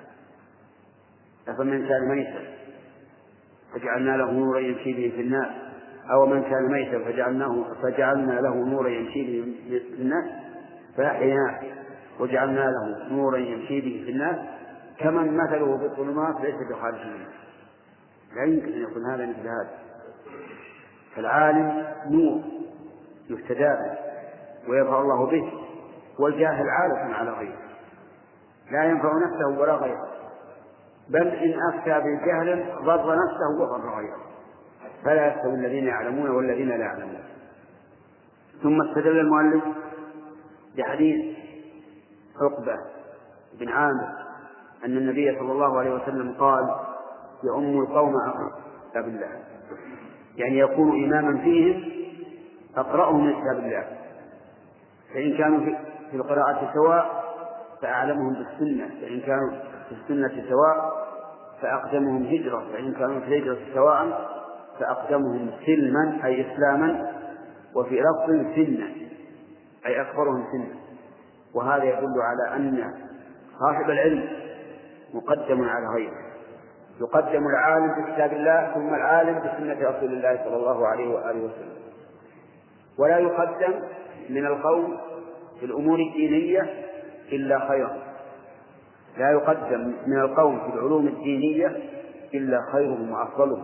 أفمن كان ميتا فجعلنا له نورا يمشي به في الناس، أو من كان ميتا فجعلنا له نورا يمشي به في الناس فأحييناه وجعلنا له نورا يمشي به في الناس كمن مثله في الظلمات ليس بخارج منه. لا يمكن أن يكون هذا مثل هذا. فالعالم نور يهتدى به ويرفع الله به، والجاهل عالة على غيره لا ينفع نفسه ولا غيره، بل إن أفتى بالجهل ضر نفسه وضر غيره. فلا يستوي الذين يعلمون والذين لا يعلمون. ثم استدل المؤلف بحديث عقبة بن عامر أن النبي صلى الله عليه وسلم قال: يؤم القوم كتاب الله، يعني يكون إماما فيهم أقرأهم من كتاب الله، فإن كانوا في القراءة سواء فأعلمهم بالسنة، فإن كانوا في السنة سواء فأقدمهم هجرة، فإن كانوا في الهجرة سواء فأقدمهم سلما أي إسلاما، وفي لفظ سنة أي أكبرهم سنا. وهذا يدل على أن صاحب العلم مقدم على غيره، يقدم العالم بكتاب الله ثم العالم بسنة رسول الله صلى الله عليه وآله وسلم. ولا يقدم من القوم في الأمور الدينية إلا خيرا، لا يقدم من القوم في العلوم الدينية إلا خيرهم وأفضلهم.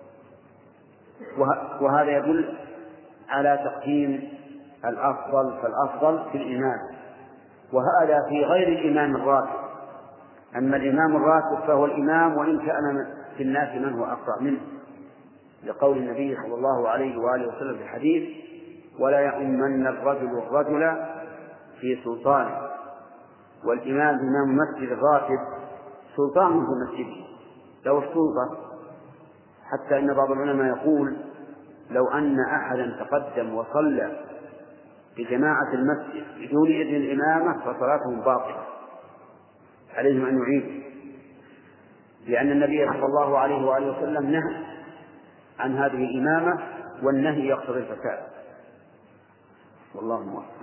وهذا يدل على تقديم الأفضل فالأفضل في الإمام، وهذا في غير الإمام الراتب. أما الإمام الراتب فهو الإمام وإن كان في الناس من هو أقرأ منه، لقول النبي صلى الله عليه وآله وسلم في الحديث: ولا يؤمن الرجل الرجل في سلطانه. والإمام إمام المسجد الراتب سلطان في مسجده له السلطة، حتى إن بعض العلماء يقول: لو أن أحدا تقدم وصلى بجماعة المسجد بدون إذن الإمامة فصلاتهم باطلة، عليهم أن يعيدوا، لأن النبي صلى الله عليه وآله وسلم نهى عن هذه الإمامة، والنهي يقتضي الفساد. والله موفق.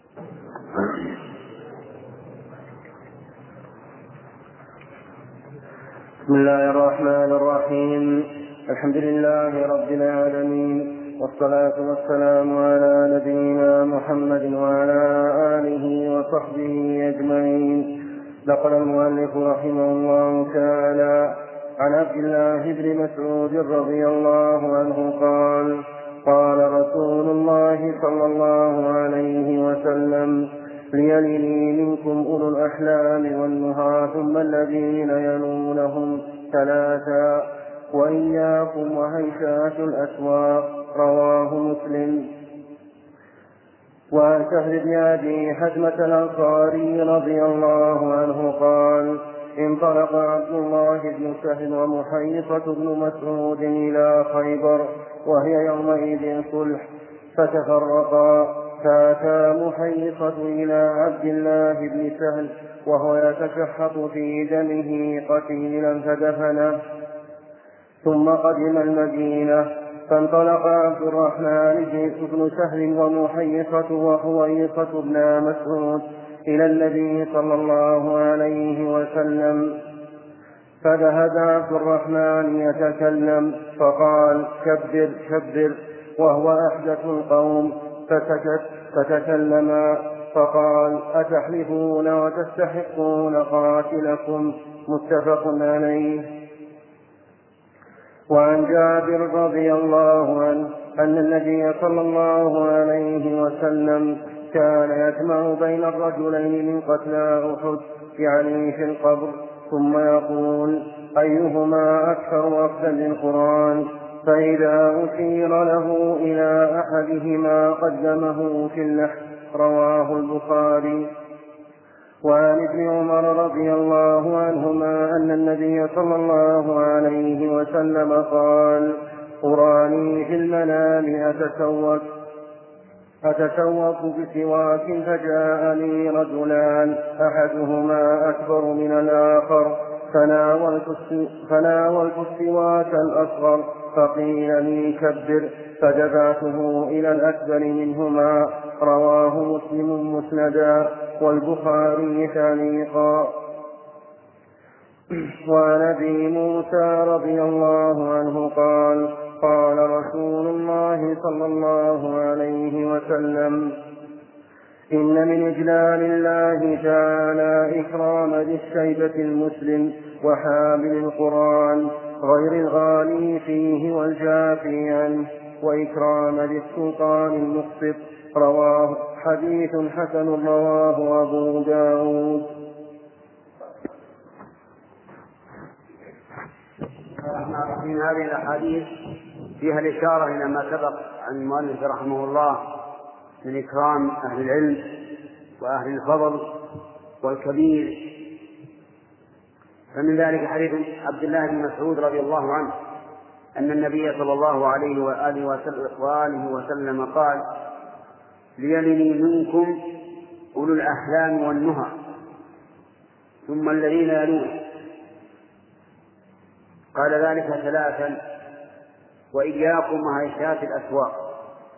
بسم الله الرحمن الرحيم. الحمد لله رب العالمين، والصلاة والسلام على نبينا محمد وعلى آله وصحبه أجمعين. نقل المؤلف رحمه الله تعالى عن عبد الله بن مسعود رضي الله عنه قال: قال رسول الله صلى الله عليه وسلم: ليلني منكم أولو الأحلام والنهى ثم الذين يلونهم ثلاثا، وإياكم وهيشات الأسواق. رواه مسلم. وعن سهل بن أبي حزمة الأنصاري رضي الله عنه قال: انطلق عبد الله بن سهل ومحيصة بن مسعود إلى خيبر وهي يومئذ صلح، فتفرقا، فأتى محيصة إلى عبد الله بن سهل وهو يتشحط في دمه قتيلا فدفنه، ثم قدم المدينة، فانطلق عبد الرحمن بن سهل ومحيصة وحويصة بن مسعود إلى النبي صلى الله عليه وسلم، فذهب عبد الرحمن يتكلم فقال: كبر كبر، وهو أحدث القوم، فتكلما فقال: أتحلفون وتستحقون قاتلكم؟ متفق عليه. وعن جابر رضي الله عنه أن النبي صلى الله عليه وسلم كان يجمع بين الرجلين من قتلى أحد، يعني في القبر، ثم يقول: أيهما أكثر أخذا للقرآن؟ فإذا أشير له إلى أحدهما قدمه في اللحم. رواه البخاري. وعن ابن عمر رضي الله عنهما أن النبي صلى الله عليه وسلم قال: أراني في المنام أتسوق بسواك فجاءني رجلان أحدهما أكبر من الآخر فناولت السواك الأصغر فقيل لي كبر فدفعته إلى الأكبر منهما. رواه مسلم مسندا والبخاري تعليقا. وعن أبي موسى رضي الله عنه قال: قال رسول الله صلى الله عليه وسلم: إن من إجلال الله تعالى إكرام ذي الشيبة المسلم وحامل القرآن غير الغالي فيه والجافي عنه، وإكرام ذي السلطان المقسط. رواه حديث حسن رواه أبو داود. من هذه الأحاديث فيها الإشارة إلى ما سبق عن المؤلف رحمه الله من إكرام أهل العلم وأهل الفضل والكبير. فمن ذلك حديث عبد الله بن مسعود رضي الله عنه أن النبي صلى الله عليه وآله وسلم قال: ليلني منكم أولو الأحلام والنهى ثم الذين يلون. قال ذلك ثلاثا: وإياكم وهيشات الأسواق.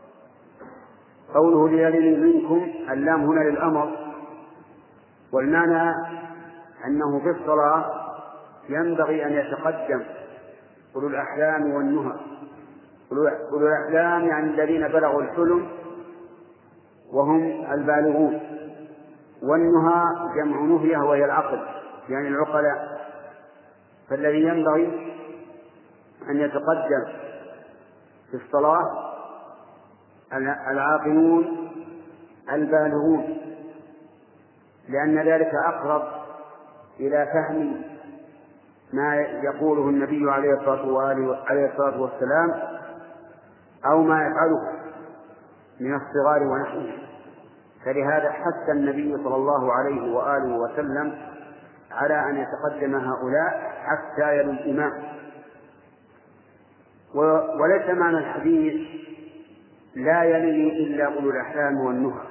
قوله ليلني منكم اللام هنا للأمر، والمعنى أنه في الصلاة ينبغي أن يتقدم أولو الأحلام والنهى. أولو الأحلام يعني الذين بلغوا الحلم وهم البالغون، والنهى جمع نهية وهي العقل يعني العقلاء. فالذي ينبغي أن يتقدم في الصلاة العاقلون البالغون، لأن ذلك أقرب إلى فهم ما يقوله النبي عليه الصلاة والسلام أو ما يفعله من الصغار ونحوه. فلهذا حث النبي صلى الله عليه وآله وسلم على أن يتقدم هؤلاء حتى يلوا الإمام. وليس معنى الحديث لا يلي إلا أولو الأحلام والنهى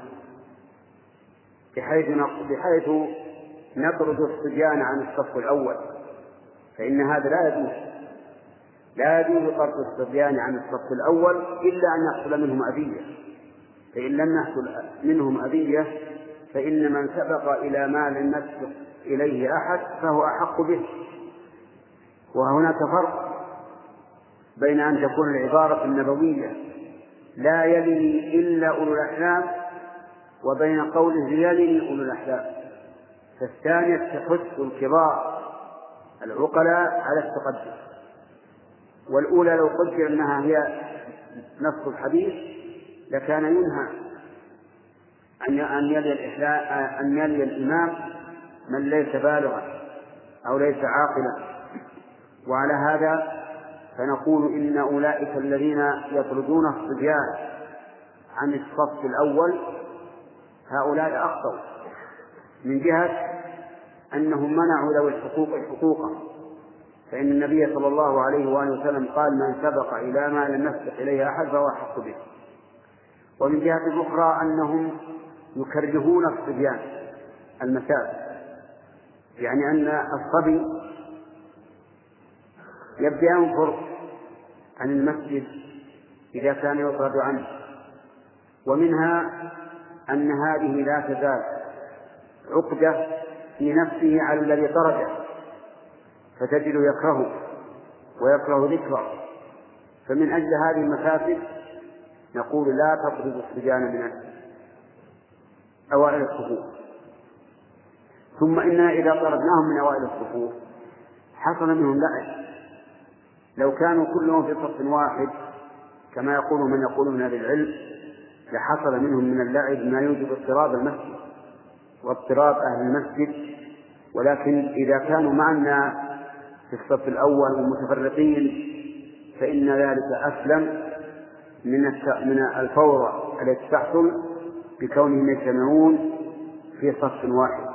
بحيث نطرد الصبيان عن الصف الأول، فإن هذا لا يجوز طرد الصبيان عن الصف الأول إلا أن يحصل منهم أذية، فإن لم يحصل منهم أذية فإن من سبق إلى ما لم يسبق إليه أحد فهو أحق به. وهناك فرق بين أن تكون العبارة النبوية لا يلي إلا أولو الأحلام وبين قوله يلي أولو الأحلام، فالثانية تحث الكبار العقلاء على التقدم، والأولى لو قدر أنها هي نص الحديث لكان ينهى أن يلي الإمام من ليس بالغا أو ليس عاقلا. وعلى هذا فنقول إن أولئك الذين يطردون الصبيان عن الصف الأول هؤلاء أخطأوا، من جهة أنهم منعوا ذوي الحقوق حقوقهم، فإن النبي صلى الله عليه وآله وسلم قال: من سبق إلى ما لم يسبق إليه أحد فهو أحق به. ومن جهة أخرى أنهم يكرهون الصبيان المساجد، يعني أن الصبي يبدأ ينفر عن المسجد إذا كان يطرد عنه. ومنها أن هذه لا تزال عقدة في نفسه على الذي طرده، فتجد يكرهه ويكره ذكره. فمن أجل هذه المفاسد نقول لا تطرد الصبيان من أوائل الصفوف. ثم إننا إذا طردناهم من أوائل الصفوف حصل منهم لعب. لو كانوا كلهم في صف واحد كما يقول من يقول من أهل العلم لحصل منهم من اللعب ما يوجب اضطراب المسجد واضطراب أهل المسجد. ولكن إذا كانوا معنا في الصف الأول ومتفرقين فإن ذلك أسلم من الفوضى التي تحصل بكونهم يجتمعون في صف واحد.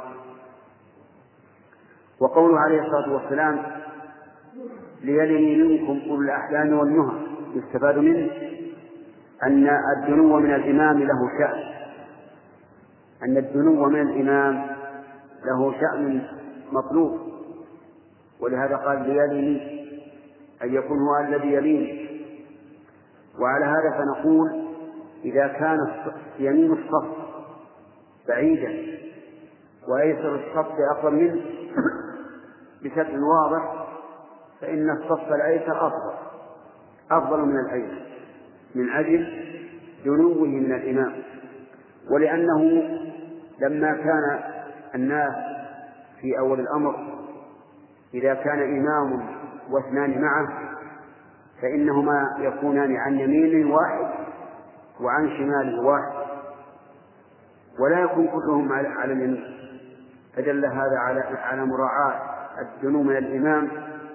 وقوله عليه الصلاة والسلام ليلني منكم أولو الأحلام والنهى يستفاد منه أن الدنو من الإمام له شأن، أن الدنو من الإمام له شأن مطلوب، ولهذا قال ليلني أن يكون هو الذي يليني. وعلى هذا فنقول إذا كان يمين الصف بعيدا وأيسر الصف أقرب منه بشكل واضح فإن الصف الأيسر أفضل من الأيمن من أجل دنوه من الإمام. ولأنه لما كان الناس في أول الأمر إذا كان إمام واثنان معه فإنهما يكونان عن يمين واحد وعن شمال واحد ولا يكون كلهم على اليمين، فدل هذا على مراعاة الدنو من الإمام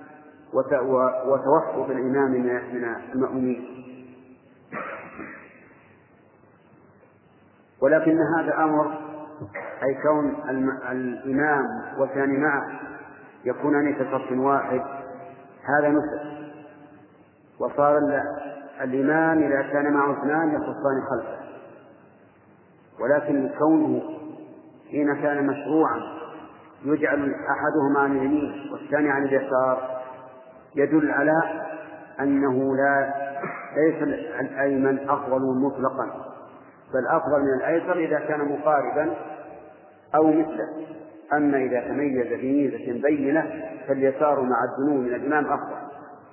وتوسط الإمام من المأمومين. ولكن هذا أمر أي كون الإمام واثنان معه يكونان في صف واحد هذا نسخ، وصار الإمام إذا كان معه اثنان يخصان خلفه. ولكن كونه حين كان مشروعا يجعل أحدهما عن اليمين والثاني عن اليسار يدل على أنه ليس الأيمن أفضل مطلقا، بل أفضل من الأيسر إذا كان مقاربا أو مثله. أما إذا تميز بميزة بينة فاليسار مع الدنو من الإمام أفضل.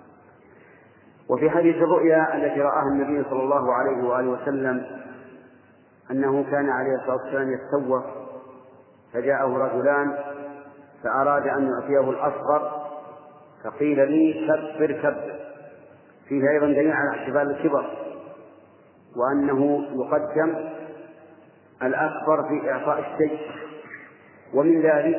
وفي حديث الرؤيا التي رآها النبي صلى الله عليه وآله وسلم أنه كان عليه الصلاة والسلام يتسوق فجاءه رجلان فأراد أن يعطيه الأصغر فقيل لي كبر. فيه أيضا دليل على احتفال الكبر وأنه يقدم الأكبر في إعطاء الشيء. ومن ذلك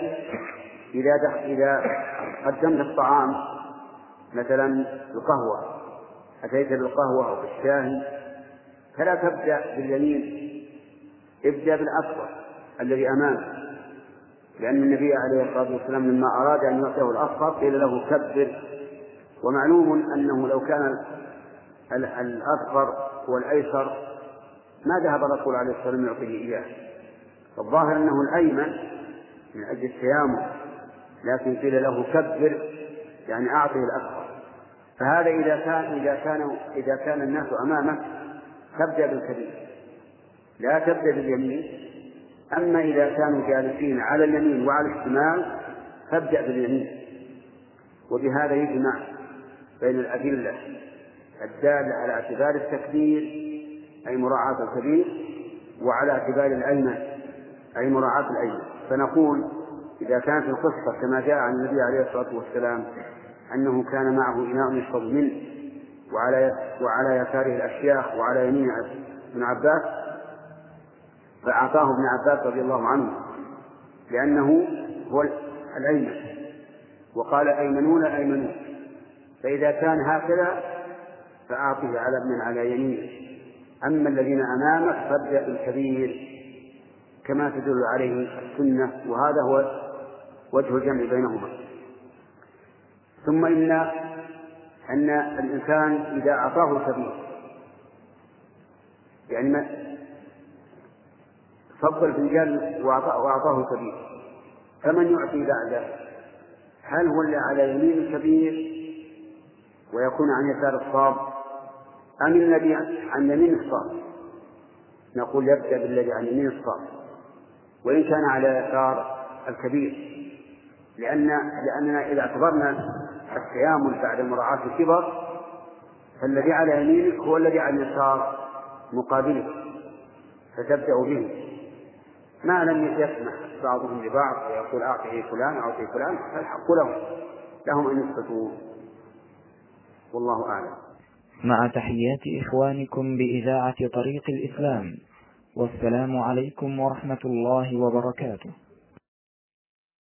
إذا قدمت الطعام مثلا القهوة أتيت بالقهوة أو بالشاي فلا تبدأ باليمين، ابدأ بالأكبر الذي أمامك، لأن النبي عليه الصلاة والسلام لما أراد أن يعطيه الأصغر قيل له كبر. ومعلوم أنه لو كان الأصغر هو الأيسر ما ذهب الرسول عليه الصلاة والسلام يعطيه إياه، فالظاهر أنه الأيمن من أجل التيامن، لكن قيل له كبر يعني أعطيه الأكبر. فهذا إذا كان الناس أمامك تبدأ بالكبير لا تبدأ باليمين. أما إذا كانوا جالسين على اليمين وعلى الشمال فابدأ باليمين. وبهذا يجمع بين الأدلة الدالة على اعتبار التكبير أي مراعاة الكبير وعلى اعتبار الأيمن أي مراعاة الأيمن. فنقول إذا كانت القصة كما جاء عن النبي عليه الصلاة والسلام أنه كان معه إناء يشرب منه وعلى يساره الأشياخ وعلى يمين ابن عباس فأعطاه ابن عباس رضي الله عنه لأنه هو الأيمن وقال أيمنون. فإذا كان هكذا فأعطه على يمينه. أما الذين أمامك فابدأ بالكبير كما تدل عليه السنة، وهذا هو وجه الجمع بينهما. ثم أن الإنسان إذا أعطاه كبير يعني فضل الفنجان وأعطاه كبير فمن يعطي بعده؟ هل هو اللي على يمين الكبير ويكون عن يسار الصاب أم الذي عن يمين الصاب؟ نقول يبدأ بالذي عن يمين الصاب وإن كان على يسار الكبير، لأننا إذا اعتبرنا التيامن بعد مراعاة الكبر فالذي على يمينك هو الذي عن يسار مقابلك فتبدأ به ما لم يسمح بعضهم لبعض ويقول أعطي فلان فالحق لهم أن يسكتوا. والله أعلم. مع تحيات إخوانكم بإذاعة طريق الإسلام، والسلام عليكم ورحمة الله وبركاته.